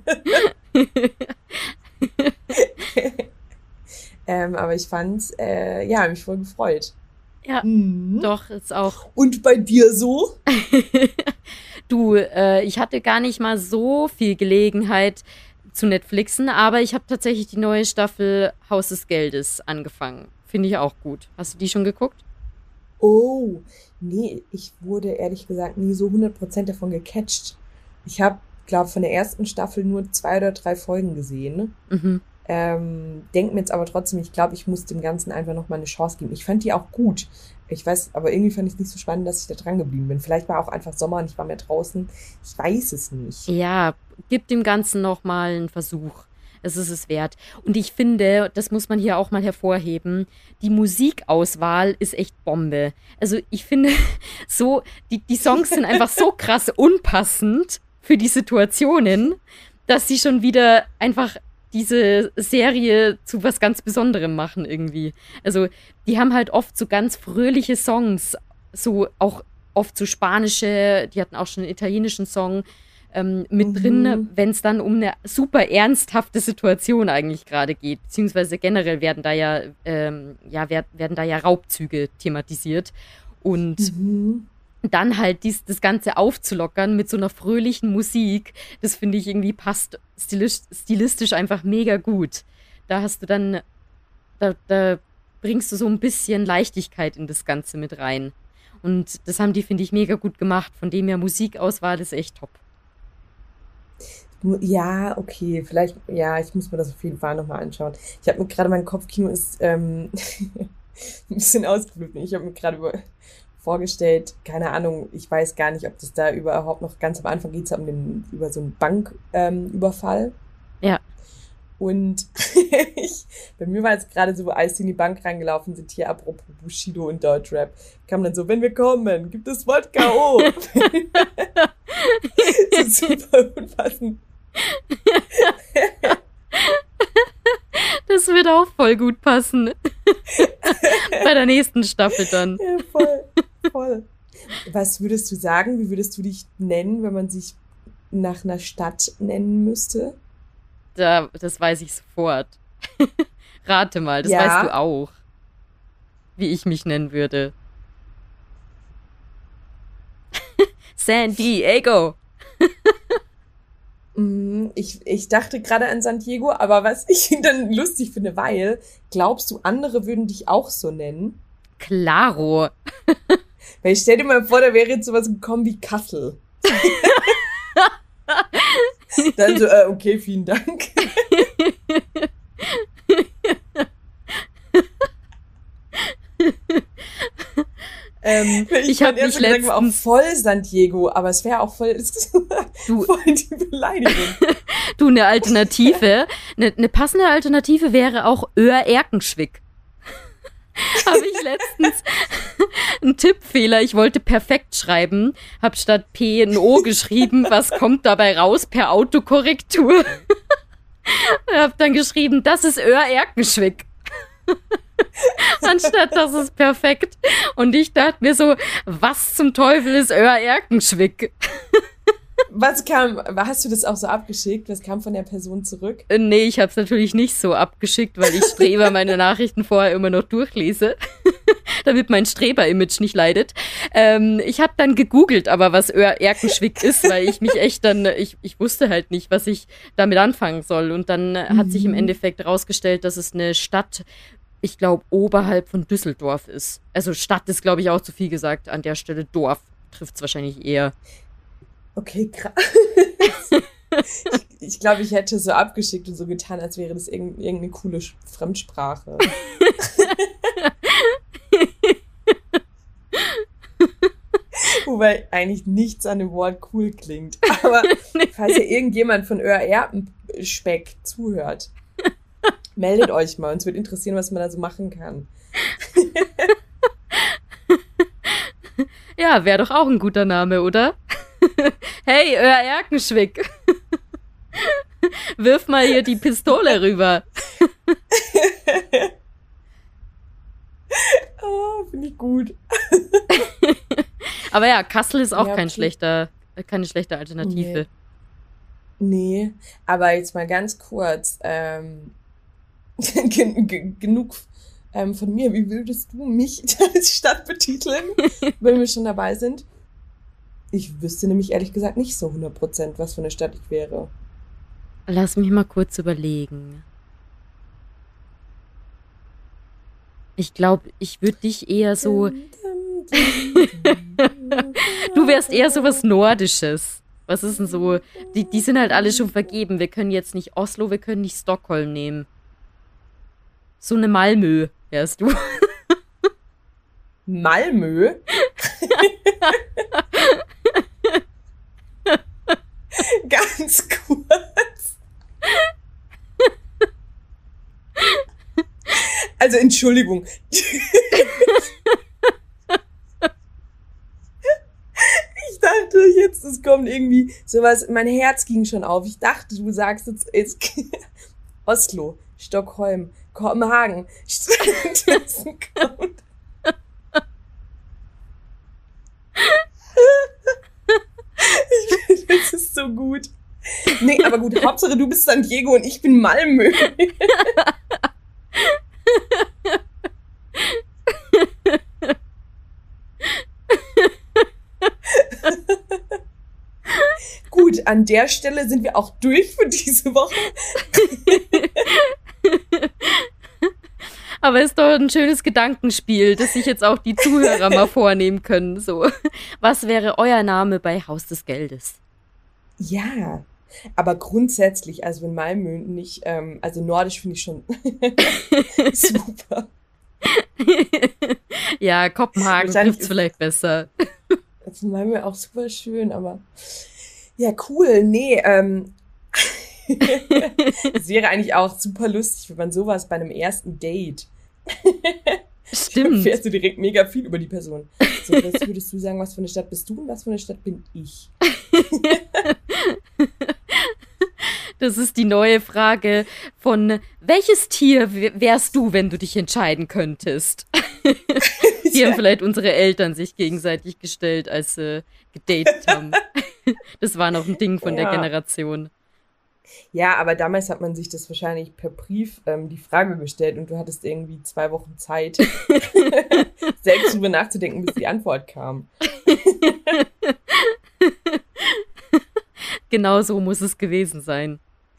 Aber ich fand's, ja, hab mich voll gefreut. Ja, Mhm. doch, ist auch. Und bei dir so? Du, ich hatte gar nicht mal so viel Gelegenheit zu Netflixen, aber ich habe tatsächlich die neue Staffel Haus des Geldes angefangen. Finde ich auch gut. Hast du die schon geguckt? Oh, nee, ich wurde ehrlich gesagt nie so 100% davon gecatcht. Ich habe, glaube von der ersten Staffel nur 2 oder 3 Folgen gesehen. Mhm. Denk mir jetzt aber trotzdem, ich glaube, ich muss dem Ganzen einfach noch mal eine Chance geben. Ich fand die auch gut. Ich weiß, aber irgendwie fand ich es nicht so spannend, dass ich da dran geblieben bin. Vielleicht war auch einfach Sommer und ich war mehr draußen. Ich weiß es nicht. Ja, gib dem Ganzen nochmal einen Versuch. Es ist es wert. Und ich finde, das muss man hier auch mal hervorheben, die Musikauswahl ist echt Bombe. Also ich finde, so, die Songs sind einfach so krass unpassend für die Situationen, dass sie schon wieder einfach diese Serie zu was ganz Besonderem machen irgendwie. Also die haben halt oft so ganz fröhliche Songs, so auch oft so spanische, die hatten auch schon einen italienischen Song mit drin, Mhm. wenn es dann um eine super ernsthafte Situation eigentlich gerade geht. Beziehungsweise generell werden da ja Raubzüge thematisiert. Und Mhm. dann halt das Ganze aufzulockern mit so einer fröhlichen Musik, das finde ich irgendwie passt stilistisch einfach mega gut. Da hast du dann, da bringst du so ein bisschen Leichtigkeit in das Ganze mit rein. Und das haben die, finde ich, mega gut gemacht. Von dem her Musikauswahl ist echt top. Ja, okay, vielleicht, ja, ich muss mir das auf jeden Fall nochmal anschauen. Ich habe mir gerade, mein Kopfkino ist ein bisschen ausgeflippt. Ich habe mir gerade vorgestellt, keine Ahnung, ich weiß gar nicht, ob das da überhaupt noch ganz am Anfang geht, über so einen Banküberfall. Überfall. Ja. Und bei mir war jetzt gerade so, als sie in die Bank reingelaufen sind, hier apropos Bushido und Deutschrap, kam dann so, wenn wir kommen, gibt es Wodka O. Das ist super unpassend. Das wird auch voll gut passen. Bei der nächsten Staffel dann. Ja, voll, voll. Was würdest du sagen? Wie würdest du dich nennen, wenn man sich nach einer Stadt nennen müsste? Das weiß ich sofort. Rate mal, das weißt du Ja. auch, wie ich mich nennen würde. San Diego. Ich dachte gerade an San Diego, aber was ich dann lustig finde, weil, glaubst du, andere würden dich auch so nennen? Claro. Weil ich stell dir mal vor, da wäre jetzt sowas gekommen wie Kassel. Dann so, okay, vielen Dank. Ich Mein habe mich erster Gedanke war auch letztens, voll San Diego, aber es wäre auch voll, du, voll die Beleidigung. du eine Alternative, eine passende Alternative wäre auch Öhr-Erkenschwick. Habe ich letztens einen Tippfehler. Ich wollte perfekt schreiben, habe statt P ein O geschrieben. Was kommt dabei raus per Autokorrektur? Und habe dann geschrieben, das ist Öhr-Erkenschwick. Anstatt das ist perfekt. Und ich dachte mir so, was zum Teufel ist Öhr-Erkenschwick? Hast du das auch so abgeschickt? Was kam von der Person zurück? Nee, ich habe es natürlich nicht so abgeschickt, weil ich Streber meine Nachrichten vorher immer noch durchlese, damit mein Streber-Image nicht leidet. Ich habe dann gegoogelt, aber was Erkenschwick ist, weil ich mich echt dann, ich wusste halt nicht, was ich damit anfangen soll. Und dann hat sich im Mhm. Endeffekt herausgestellt, dass es eine Stadt, ich glaube, oberhalb von Düsseldorf ist. Also Stadt ist, glaube ich, auch zu viel gesagt. An der Stelle Dorf trifft es wahrscheinlich eher. Okay, krass. Ich glaube, ich hätte so abgeschickt und so getan, als wäre das irgendeine coole Fremdsprache. Wobei eigentlich nichts an dem Wort cool klingt. Aber falls ja irgendjemand von Öhr-Erpenspeck zuhört, meldet euch mal. Uns wird interessieren, was man da so machen kann. Ja, wäre doch auch ein guter Name, oder? Hey, Erkenschwick, wirf mal hier die Pistole rüber. Ah, finde ich gut. Aber ja, Kassel ist auch Ja, okay. keine schlechte Alternative. Nee. Nee, aber jetzt mal ganz kurz. Genug von mir. Wie würdest du mich als Stadt betiteln, wenn wir schon dabei sind? Ich wüsste nämlich ehrlich gesagt nicht so 100%, was für eine Stadt ich wäre. Lass mich mal kurz überlegen. Ich glaube, ich würde dich eher so. Du wärst eher so was Nordisches. Was ist denn so? Die sind halt alle schon vergeben. Wir können jetzt nicht Oslo, wir können nicht Stockholm nehmen. So eine Malmö wärst du. Malmö? Ganz kurz. Also Entschuldigung. Ich dachte jetzt, es kommt irgendwie sowas, mein Herz ging schon auf. Ich dachte, du sagst jetzt Oslo, Stockholm, Kopenhagen. Stattdessen kommt. Das ist so gut. Nee, aber gut, Hauptsache du bist San Diego und ich bin Malmö. Gut, an der Stelle sind wir auch durch für diese Woche. Aber es ist doch ein schönes Gedankenspiel, das sich jetzt auch die Zuhörer mal vornehmen können. So, was wäre euer Name bei Haus des Geldes? Ja, aber grundsätzlich, also wenn Malmö nicht, also Nordisch finde ich schon super. Ja, Kopenhagen trifft's vielleicht besser. Also Malmö auch super schön, aber ja, cool. Nee, es wäre eigentlich auch super lustig, wenn man sowas bei einem ersten Date. Stimmt. Da erfährst du direkt mega viel über die Person. So, was würdest du sagen, was für eine Stadt bist du und was für eine Stadt bin ich? Das ist die neue Frage von, welches Tier wärst du, wenn du dich entscheiden könntest? Die haben vielleicht unsere Eltern sich gegenseitig gestellt, als sie gedatet haben. Das war noch ein Ding von der Generation. Ja, aber damals hat man sich das wahrscheinlich per Brief die Frage gestellt und du hattest irgendwie 2 Wochen Zeit, selbst drüber nachzudenken, bis die Antwort kam. Genau so muss es gewesen sein.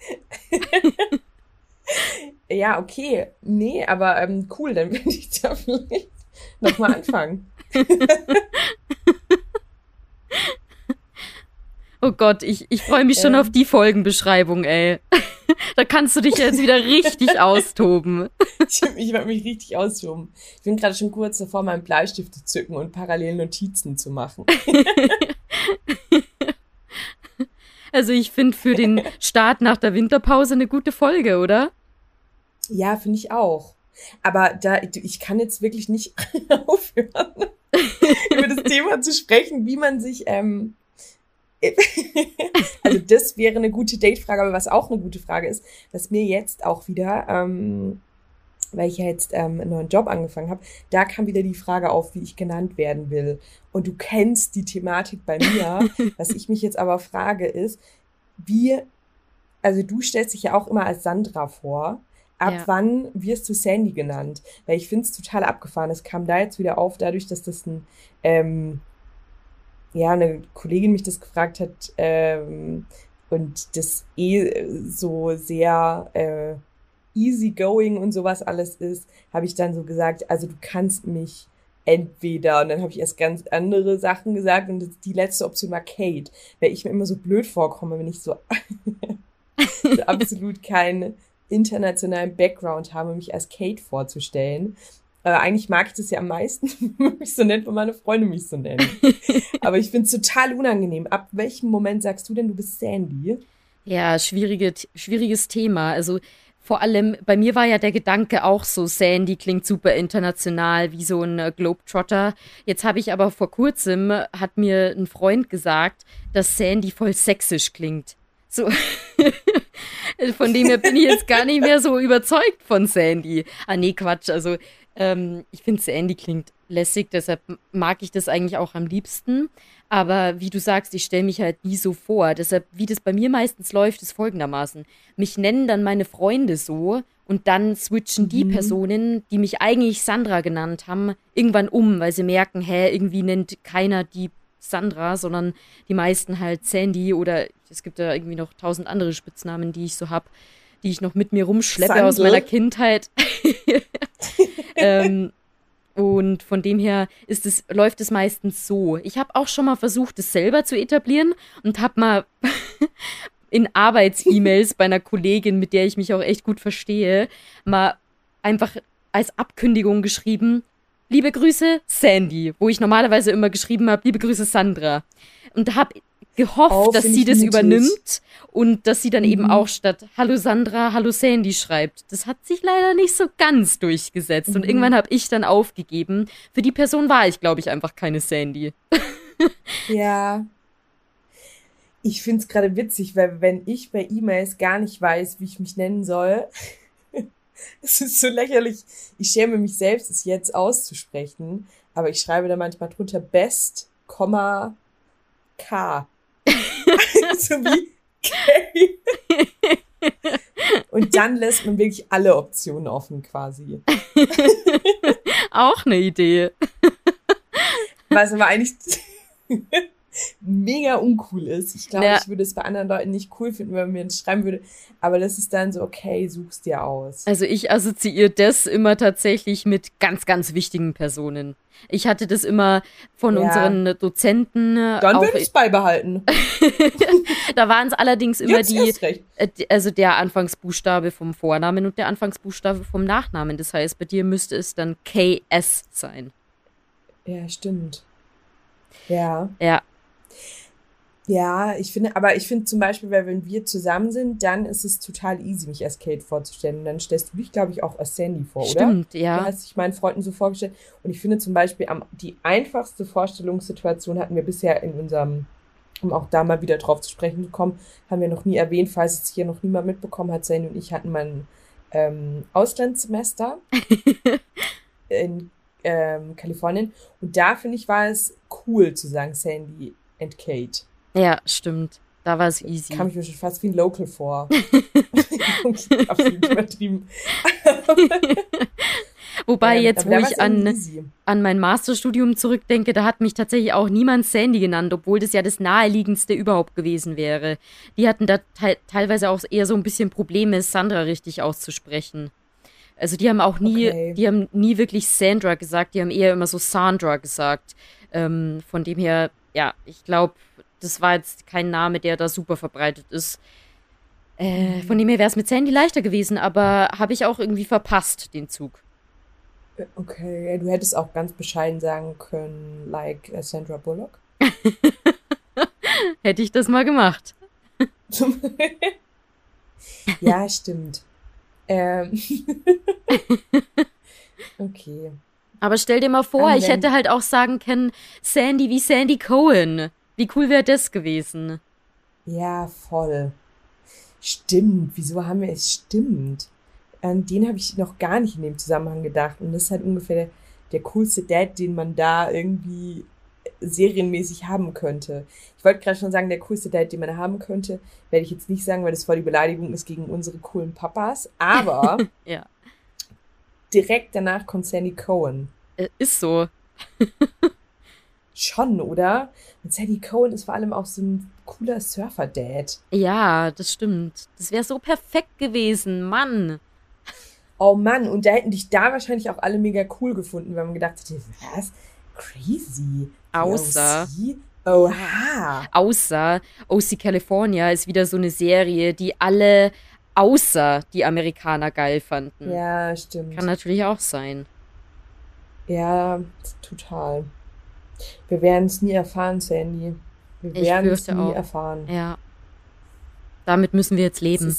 Ja, okay. Nee, aber cool, dann werde ich da vielleicht nochmal anfangen. Oh Gott, ich freue mich schon auf die Folgenbeschreibung, ey. Da kannst du dich jetzt wieder richtig austoben. Ich werde mich richtig austoben. Ich bin gerade schon kurz davor, meinen Bleistift zu zücken und parallel Notizen zu machen. Also ich finde für den Start nach der Winterpause eine gute Folge, oder? Ja, finde ich auch. Aber ich kann jetzt wirklich nicht aufhören, über das Thema zu sprechen, wie man sich, also das wäre eine gute Datefrage, aber was auch eine gute Frage ist, was mir jetzt auch wieder, weil ich ja jetzt einen neuen Job angefangen habe, da kam wieder die Frage auf, wie ich genannt werden will. Und du kennst die Thematik bei mir. Was ich mich jetzt aber frage ist, also du stellst dich ja auch immer als Sandra vor. Ab wann wirst du Sandy genannt? Weil ich finde es total abgefahren. Es kam da jetzt wieder auf, dadurch, dass das eine Kollegin mich das gefragt hat und das so sehr easygoing und sowas alles ist, habe ich dann so gesagt, also du kannst mich entweder, und dann habe ich erst ganz andere Sachen gesagt und die letzte Option war Kate, weil ich mir immer so blöd vorkomme, wenn ich so absolut keinen internationalen Background habe, mich als Kate vorzustellen. Aber eigentlich mag ich das ja am meisten, wenn man mich so nennt, wenn meine Freunde mich so nennen. Aber ich finde es total unangenehm. Ab welchem Moment sagst du denn, du bist Sandy? Ja, schwieriges Thema. Also vor allem, bei mir war ja der Gedanke auch so, Sandy klingt super international, wie so ein Globetrotter. Jetzt habe ich aber vor kurzem, hat mir ein Freund gesagt, dass Sandy voll sächsisch klingt. So, von dem her bin ich jetzt gar nicht mehr so überzeugt von Sandy. Ah nee, Quatsch, also ich finde Sandy klingt lässig, deshalb mag ich das eigentlich auch am liebsten. Aber wie du sagst, ich stelle mich halt nie so vor. Deshalb, wie das bei mir meistens läuft, ist folgendermaßen. Mich nennen dann meine Freunde so und dann switchen die Personen, die mich eigentlich Sandra genannt haben, irgendwann um, weil sie merken, irgendwie nennt keiner die Sandra, sondern die meisten halt Sandy oder es gibt ja irgendwie noch 1000 andere Spitznamen, die ich so habe, die ich noch mit mir rumschleppe aus meiner Kindheit. Und von dem her läuft es meistens so. Ich habe auch schon mal versucht, es selber zu etablieren und habe mal in Arbeits-E-Mails bei einer Kollegin, mit der ich mich auch echt gut verstehe, mal einfach als Abkündigung geschrieben, liebe Grüße, Sandy, wo ich normalerweise immer geschrieben habe, liebe Grüße, Sandra. Und habe gehofft, dass sie das übernimmt und dass sie dann eben auch statt Hallo Sandra, Hallo Sandy schreibt. Das hat sich leider nicht so ganz durchgesetzt. Und irgendwann habe ich dann aufgegeben. Für die Person war ich, glaube ich, einfach keine Sandy. Ja. Ich finde es gerade witzig, weil wenn ich bei E-Mails gar nicht weiß, wie ich mich nennen soll, es ist so lächerlich. Ich schäme mich selbst, es jetzt auszusprechen, aber ich schreibe da manchmal drunter Best, K. So wie K. Und dann lässt man wirklich alle Optionen offen quasi. Auch eine Idee. Was aber eigentlich mega uncool ist. Ich glaube, ich würde es bei anderen Leuten nicht cool finden, wenn man mir das schreiben würde. Aber das ist dann so, okay, such's dir aus. Also ich assoziiere das immer tatsächlich mit ganz, ganz wichtigen Personen. Ich hatte das immer von unseren Dozenten. Dann würde ich es beibehalten. Da waren es allerdings immer also der Anfangsbuchstabe vom Vornamen und der Anfangsbuchstabe vom Nachnamen. Das heißt, bei dir müsste es dann KS sein. Ja, stimmt. Ja. Ja. Ja, ich finde zum Beispiel, weil wenn wir zusammen sind, dann ist es total easy, mich als Kate vorzustellen. Und dann stellst du dich, glaube ich, auch als Sandy vor, oder? Stimmt, ja. Du hast dich meinen Freunden so vorgestellt. Und ich finde zum Beispiel, die einfachste Vorstellungssituation hatten wir bisher in unserem, um auch da mal wieder drauf zu sprechen zu kommen, haben wir noch nie erwähnt, falls es hier noch niemand mitbekommen hat. Sandy und ich hatten mal ein Auslandssemester in Kalifornien. Und da, finde ich, war es cool zu sagen Sandy and Kate. Ja, stimmt. Da war es easy. Kam ich mir schon fast wie ein Local vor. Absolut übertrieben. Wobei jetzt, wo ich an mein Masterstudium zurückdenke, da hat mich tatsächlich auch niemand Sandy genannt, obwohl das ja das Naheliegendste überhaupt gewesen wäre. Die hatten da teilweise auch eher so ein bisschen Probleme, Sandra richtig auszusprechen. Also die haben auch die haben nie wirklich Sandra gesagt, die haben eher immer so Sandra gesagt. Von dem her, ja, ich glaube, das war jetzt kein Name, der da super verbreitet ist. Von dem her wäre es mit Sandy leichter gewesen, aber habe ich auch irgendwie verpasst, den Zug. Okay, du hättest auch ganz bescheiden sagen können, like Sandra Bullock. Hätte ich das mal gemacht. Ja, stimmt. Okay. Aber stell dir mal vor, ich hätte halt auch sagen können, Sandy wie Sandy Cohen. Wie cool wäre das gewesen? Ja, voll. Stimmt. Wieso haben wir es? Stimmt. An den habe ich noch gar nicht in dem Zusammenhang gedacht. Und das ist halt ungefähr der coolste Dad, den man da irgendwie serienmäßig haben könnte. Ich wollte gerade schon sagen, der coolste Dad, den man haben könnte, werde ich jetzt nicht sagen, weil das voll die Beleidigung ist gegen unsere coolen Papas. Aber ja. Direkt danach kommt Sandy Cohen. Ist so. Schon, oder? Und Sandy Cohen ist vor allem auch so ein cooler Surfer-Dad. Ja, das stimmt. Das wäre so perfekt gewesen, Mann. Oh Mann, und da hätten dich da wahrscheinlich auch alle mega cool gefunden, weil man gedacht hätte, was? Crazy. Außer Oha. Außer OC California ist wieder so eine Serie, die alle außer die Amerikaner geil fanden. Ja, stimmt. Kann natürlich auch sein. Ja, total. Wir werden es nie erfahren, Sandy. Wir werden es nie erfahren. Ja. Damit müssen wir jetzt leben.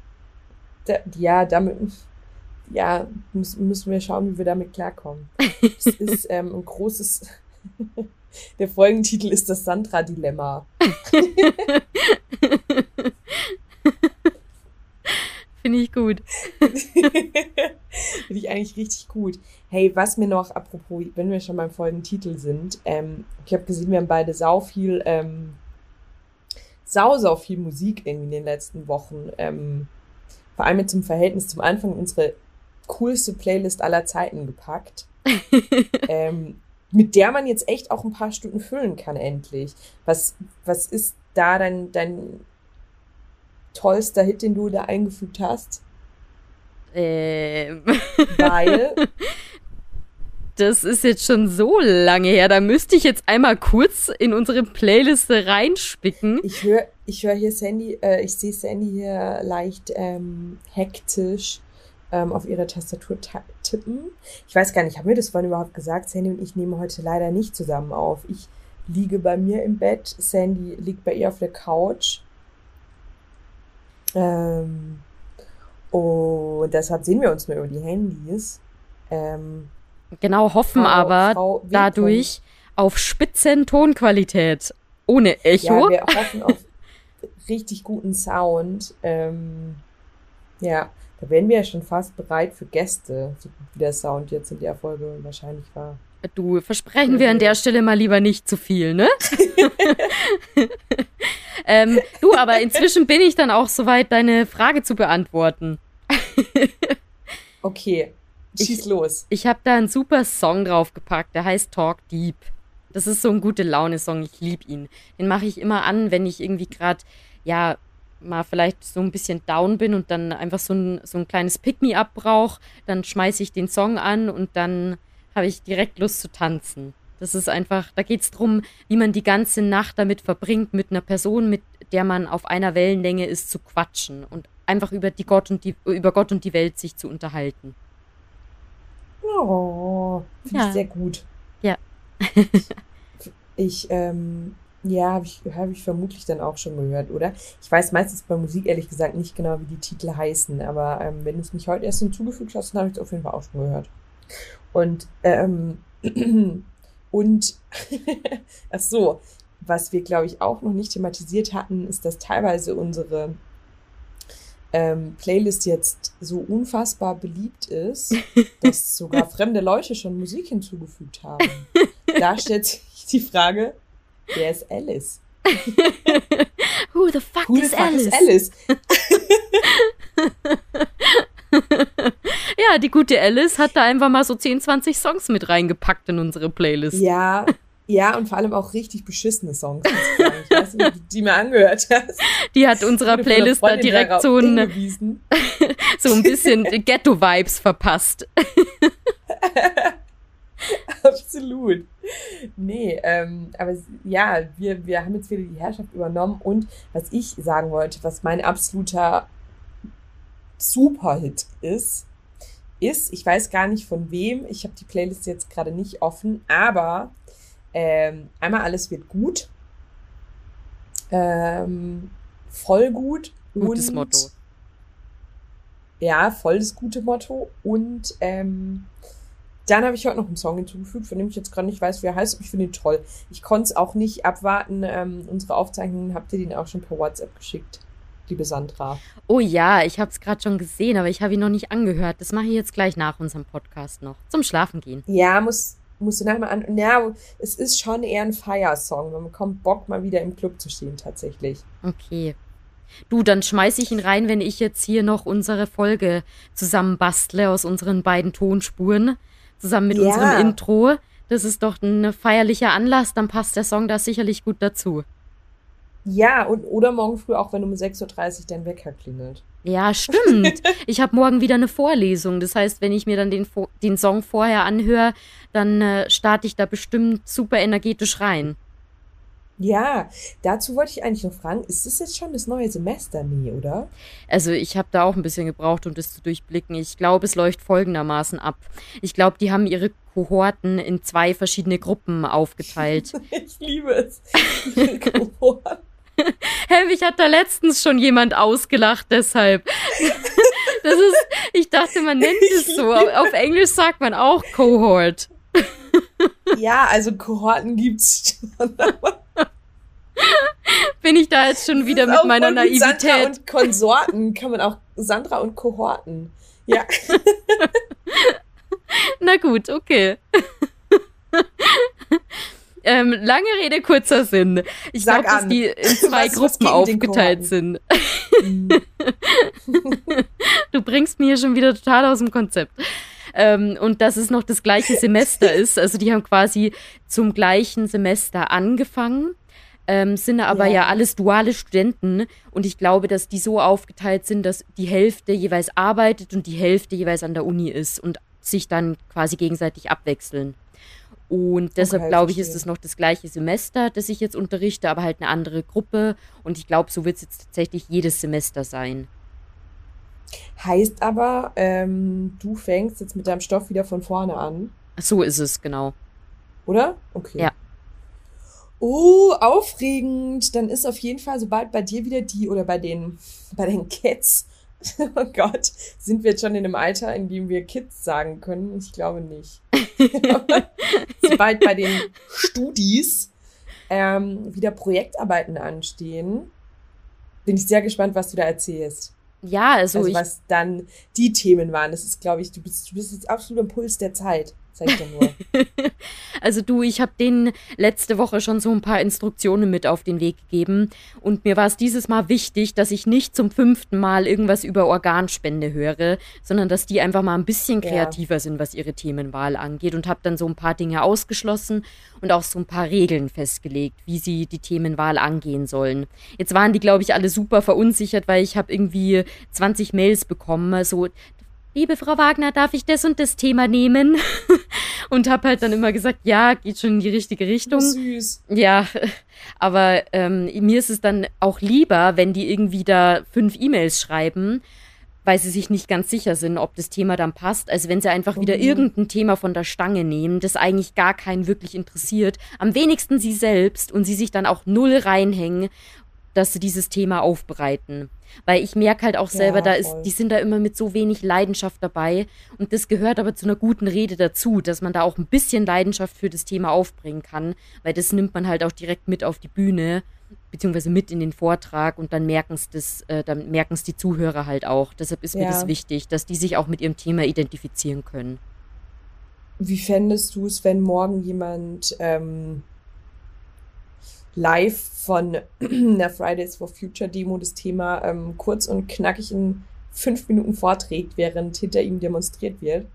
Müssen wir schauen, wie wir damit klarkommen. Es ist ein großes... Der Folgentitel ist das Sandra-Dilemma. Finde ich gut. Finde ich eigentlich richtig gut. Hey, was mir noch, apropos, wenn wir schon beim Folgentitel sind, ich habe gesehen, wir haben beide sau viel Musik irgendwie in den letzten Wochen. Vor allem jetzt im Verhältnis zum Anfang unsere coolste Playlist aller Zeiten gepackt. mit der man jetzt echt auch ein paar Stunden füllen kann, endlich. Was ist da dein tollster Hit, den du da eingefügt hast? Weil Das ist jetzt schon so lange her. Da müsste ich jetzt einmal kurz in unsere Playliste reinspicken. ich höre hier Sandy, ich sehe Sandy hier leicht hektisch auf ihre Tastatur tippen. Ich weiß gar nicht, haben wir das vorhin überhaupt gesagt? Sandy und ich nehmen heute leider nicht zusammen auf. Ich liege bei mir im Bett, Sandy liegt bei ihr auf der Couch. Und deshalb sehen wir uns nur über die Handys. Genau, hoffen aber Frau W. dadurch auf Spitzentonqualität. Ohne Ja, Echo. wir hoffen auf richtig guten Sound. Ja, da wären wir ja schon fast bereit für Gäste, so gut wie der Sound jetzt in der Folge wahrscheinlich war. Du, versprechen wir an der Stelle mal lieber nicht zu viel, ne? Du, aber inzwischen bin ich dann auch soweit, deine Frage zu beantworten. Okay, schieß los. Ich habe da einen super Song draufgepackt, der heißt Talk Deep. Das ist so ein Gute-Laune-Song, ich liebe ihn. Den mache ich immer an, wenn ich irgendwie gerade, ja, mal vielleicht so ein bisschen down bin und dann einfach so ein kleines Pick-me-up brauche. Dann schmeiße ich den Song an und dann habe ich direkt Lust zu tanzen. Das ist einfach, da geht es darum, wie man die ganze Nacht damit verbringt, mit einer Person, mit der man auf einer Wellenlänge ist, zu quatschen und einfach über Gott und die Welt sich zu unterhalten. Oh, finde Ja. ich sehr gut. Ja. Ja, hab ich vermutlich dann auch schon gehört, oder? Ich weiß meistens bei Musik ehrlich gesagt nicht genau, wie die Titel heißen, aber wenn du es nicht heute erst hinzugefügt hast, dann habe ich es auf jeden Fall auch schon gehört. Und, und, ach so, was wir, glaube ich, auch noch nicht thematisiert hatten, ist, dass teilweise unsere Playlist jetzt so unfassbar beliebt ist, dass sogar fremde Leute schon Musik hinzugefügt haben. Da stellt sich die Frage, wer ist Alice? Who the fuck Who the is fuck Alice? is Alice? Ja, die gute Alice hat da einfach mal so 10, 20 Songs mit reingepackt in unsere Playlist. Ja, ja, und vor allem auch richtig beschissene Songs, muss ich sagen. Ich weiß nicht, ob du die mal angehört hast. Die hat unserer Wurde von einer Playlist da Freundin direkt darauf so hingewiesen. ein bisschen Ghetto-Vibes verpasst. Absolut. Nee, aber ja, wir haben jetzt wieder die Herrschaft übernommen und was ich sagen wollte, was mein absoluter Superhit ist, ich weiß gar nicht von wem, ich habe die Playlist jetzt gerade nicht offen, aber einmal alles wird gut, voll gut Gutes und Motto. ja, voll das gute Motto und dann habe ich heute noch einen Song hinzugefügt, von dem ich jetzt gerade nicht weiß, wie er heißt, aber ich finde ihn toll. Ich konnte es auch nicht abwarten. Unsere Aufzeichnungen habt ihr den auch schon per WhatsApp geschickt, liebe Sandra. Oh ja, ich habe es gerade schon gesehen, aber ich habe ihn noch nicht angehört. Das mache ich jetzt gleich nach unserem Podcast noch. Zum Schlafen gehen. Ja, musst du nachher mal an. Ja, es ist schon eher ein Feiersong. Man bekommt Bock, mal wieder im Club zu stehen, tatsächlich. Okay. Du, dann schmeiße ich ihn rein, wenn ich jetzt hier noch unsere Folge zusammen bastle aus unseren beiden Tonspuren. Zusammen mit Ja. unserem Intro. Das ist doch ein feierlicher Anlass, dann passt der Song da sicherlich gut dazu. Ja, oder morgen früh auch, wenn um 6:30 Uhr dein Wecker klingelt. Ja, stimmt. Ich habe morgen wieder eine Vorlesung. Das heißt, wenn ich mir dann den Song vorher anhöre, dann starte ich da bestimmt super energetisch rein. Ja, dazu wollte ich eigentlich noch fragen, ist es jetzt schon das neue Semester? Nee, oder? Also ich habe da auch ein bisschen gebraucht, um das zu durchblicken. Ich glaube, es läuft folgendermaßen ab. Ich glaube, die haben ihre Kohorten in 2 verschiedene Gruppen aufgeteilt. Ich liebe es. Kohorten. Hä, mich hat da letztens schon jemand ausgelacht, deshalb. Ich dachte, man nennt es so. Auf Englisch sagt man auch Cohort. Ja, also Kohorten gibt's schon. Bin ich da jetzt schon wieder mit Auch meiner voll gut. Sandra Naivität? und Konsorten kann man auch. Sandra und Kohorten. Ja. Na gut, okay. Lange Rede, kurzer Sinn. Ich Sag glaube, dass an. die in 2 Was Gruppen gegen den aufgeteilt Kohorten? sind. Du bringst mir hier schon wieder total aus dem Konzept. Und dass es noch das gleiche Semester ist. Also die haben quasi zum gleichen Semester angefangen, sind aber ja alles duale Studenten. Und ich glaube, dass die so aufgeteilt sind, dass die Hälfte jeweils arbeitet und die Hälfte jeweils an der Uni ist und sich dann quasi gegenseitig abwechseln. Und deshalb, Okay, glaube ich, ist verstehe. es noch das gleiche Semester, das ich jetzt unterrichte, aber halt eine andere Gruppe. Und ich glaube, so wird es jetzt tatsächlich jedes Semester sein. Heißt aber, du fängst jetzt mit deinem Stoff wieder von vorne an, So ist es, genau. oder? Okay. Ja. Oh, aufregend. Dann ist auf jeden Fall, sobald bei dir wieder oder bei den Kids, oh Gott, sind wir jetzt schon in einem Alter, in dem wir Kids sagen können? Ich glaube nicht. Aber sobald bei den Studis wieder Projektarbeiten anstehen, bin ich sehr gespannt, was du da erzählst. Ja, also Also ich was dann die Themen waren. Das ist, glaube ich, du bist jetzt absolut am Puls der Zeit, sag ich dir nur. Also du, ich habe denen letzte Woche schon so ein paar Instruktionen mit auf den Weg gegeben und mir war es dieses Mal wichtig, dass ich nicht zum 5. Mal irgendwas über Organspende höre, sondern dass die einfach mal ein bisschen Ja. kreativer sind, was ihre Themenwahl angeht und habe dann so ein paar Dinge ausgeschlossen und auch so ein paar Regeln festgelegt, wie sie die Themenwahl angehen sollen. Jetzt waren die, glaube ich, alle super verunsichert, weil ich habe irgendwie 20 Mails bekommen, so: Liebe Frau Wagner, darf ich das und das Thema nehmen? Und habe halt dann immer gesagt, ja, geht schon in die richtige Oh, Richtung. süß. Ja, aber mir ist es dann auch lieber, wenn die irgendwie da 5 E-Mails schreiben, weil sie sich nicht ganz sicher sind, ob das Thema dann passt, als wenn sie einfach wieder Mhm. irgendein Thema von der Stange nehmen, das eigentlich gar keinen wirklich interessiert. Am wenigsten sie selbst und sie sich dann auch null reinhängen, dass sie dieses Thema aufbereiten. Weil ich merke halt auch selber, Ja, voll. die sind da immer mit so wenig Leidenschaft dabei. Und das gehört aber zu einer guten Rede dazu, dass man da auch ein bisschen Leidenschaft für das Thema aufbringen kann. Weil das nimmt man halt auch direkt mit auf die Bühne, beziehungsweise mit in den Vortrag und dann merken es die Zuhörer halt auch. Deshalb ist mir das Ja. wichtig, dass die sich auch mit ihrem Thema identifizieren können. Wie fändest du es, wenn morgen jemand live von der Fridays for Future Demo das Thema kurz und knackig in 5 Minuten vorträgt, während hinter ihm demonstriert wird?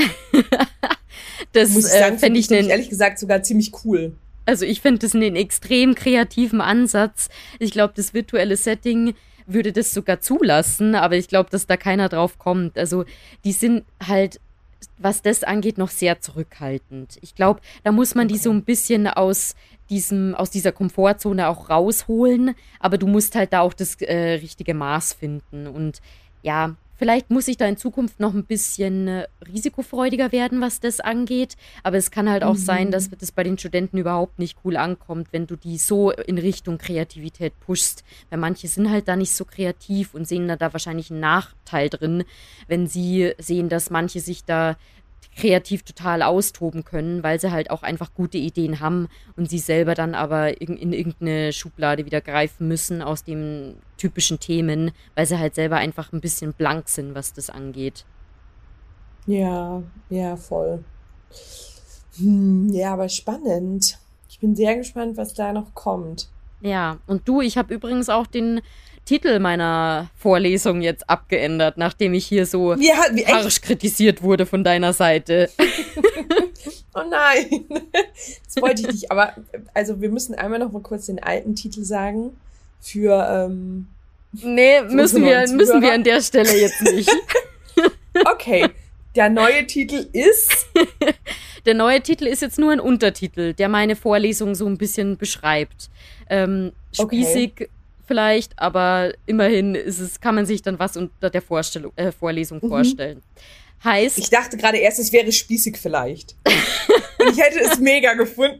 Das Muss ich sagen, fände ich finde ich einen ehrlich gesagt sogar ziemlich cool. Also ich finde das einen extrem kreativen Ansatz. Ich glaube, das virtuelle Setting würde das sogar zulassen, aber ich glaube, dass da keiner drauf kommt. Also die sind halt, was das angeht, noch sehr zurückhaltend. Ich glaube, da muss man die so Okay. ein bisschen aus dieser Komfortzone auch rausholen, aber du musst halt da auch das richtige Maß finden. Und ja, vielleicht muss ich da in Zukunft noch ein bisschen risikofreudiger werden, was das angeht. Aber es kann halt auch sein, dass Mhm. das bei den Studenten überhaupt nicht cool ankommt, wenn du die so in Richtung Kreativität pushst. Weil manche sind halt da nicht so kreativ und sehen da wahrscheinlich einen Nachteil drin, wenn sie sehen, dass manche sich da kreativ total austoben können, weil sie halt auch einfach gute Ideen haben und sie selber dann aber in irgendeine Schublade wieder greifen müssen aus den typischen Themen, weil sie halt selber einfach ein bisschen blank sind, was das angeht. Ja, ja, voll. Ja, aber spannend. Ich bin sehr gespannt, was da noch kommt. Ja, und du, ich habe übrigens auch den Titel meiner Vorlesung jetzt abgeändert, nachdem ich hier so Wie echt? harsch kritisiert wurde von deiner Seite. Oh nein. Das wollte ich nicht. Aber also wir müssen einmal noch mal kurz den alten Titel sagen für, Nee, für unsere neuen müssen wir Zuhörer. an der Stelle jetzt nicht. Okay, der neue Titel ist. Der neue Titel ist jetzt nur ein Untertitel, der meine Vorlesung so ein bisschen beschreibt. Okay. Spießig vielleicht, aber immerhin kann man sich dann was unter der Vorlesung Mhm. vorstellen. Ich Heißt, dachte gerade erst, es wäre spießig vielleicht. Und ich hätte es mega gefunden.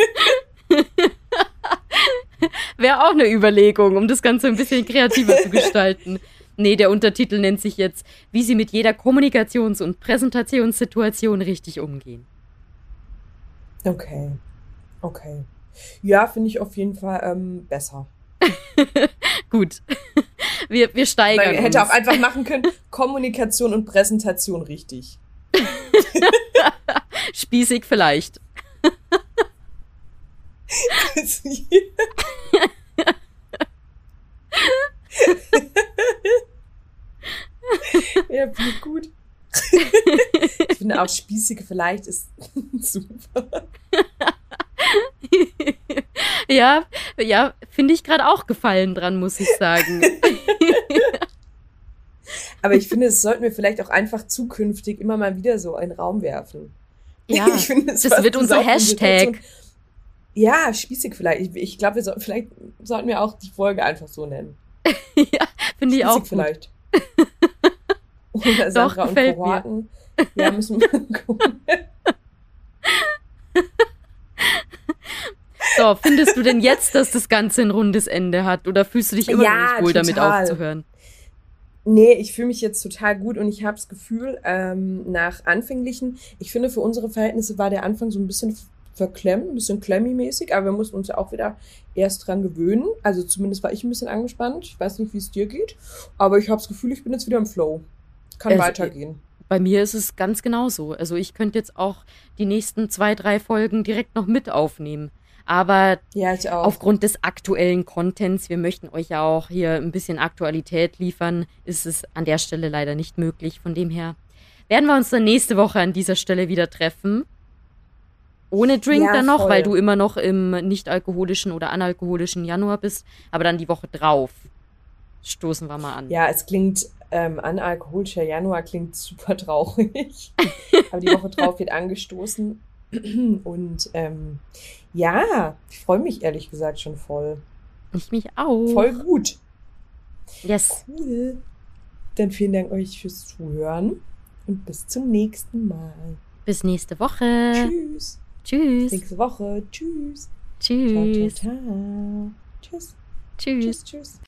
wäre auch eine Überlegung, um das Ganze ein bisschen kreativer zu gestalten. Nee, der Untertitel nennt sich jetzt, wie Sie mit jeder Kommunikations- und Präsentationssituation richtig umgehen. Okay, okay. Ja, finde ich auf jeden Fall besser. Gut, wir Man steigern hätte auch uns. einfach machen können, Kommunikation und Präsentation richtig. Spießig vielleicht. Ja, finde ich gut. finde auch spießig vielleicht ist super. Ja, ja, finde ich gerade auch Gefallen dran, muss ich sagen. Aber ich finde, das sollten wir vielleicht auch einfach zukünftig immer mal wieder so in den Raum werfen. Ja, Ich finde, das wird unser Hashtag. Ja, spießig vielleicht. Ich glaube, vielleicht sollten wir auch die Folge einfach so nennen. Ja, finde ich auch gut. Vielleicht. Oder Sandra und Kroaten. Ja, müssen wir gucken. So, findest du denn jetzt, dass das Ganze ein rundes Ende hat? Oder fühlst du dich immer noch nicht wohl, damit aufzuhören? Nee, ich fühle mich jetzt total gut und ich habe das Gefühl, nach anfänglichen, ich finde, für unsere Verhältnisse war der Anfang so ein bisschen verklemmt, ein bisschen klemmi-mäßig, aber wir mussten uns ja auch wieder erst dran gewöhnen. Also zumindest war ich ein bisschen angespannt. Ich weiß nicht, wie es dir geht, aber ich habe das Gefühl, ich bin jetzt wieder im Flow. Kann weitergehen. Bei mir ist es ganz genauso. Also ich könnte jetzt auch die nächsten 2, 3 Folgen direkt noch mit aufnehmen. Aber ja, ich auch. Aufgrund des aktuellen Contents, wir möchten euch ja auch hier ein bisschen Aktualität liefern, ist es an der Stelle leider nicht möglich. Von dem her werden wir uns dann nächste Woche an dieser Stelle wieder treffen. Ohne Drink dann noch, voll. Weil du immer noch im nicht-alkoholischen oder analkoholischen Januar bist. Aber dann die Woche drauf stoßen wir mal an. Ja, es klingt, analkoholischer Januar klingt super traurig. Aber die Woche drauf wird angestoßen. Und ja, ich freue mich ehrlich gesagt schon voll. Ich mich auch. Voll gut. Yes. Cool. Dann vielen Dank euch fürs Zuhören und bis zum nächsten Mal. Bis nächste Woche. Tschüss. Tschüss. Bis nächste Woche. Tschüss. Tschüss. Ciao, ciao, ciao. Tschüss. Tschüss. Tschüss, tschüss.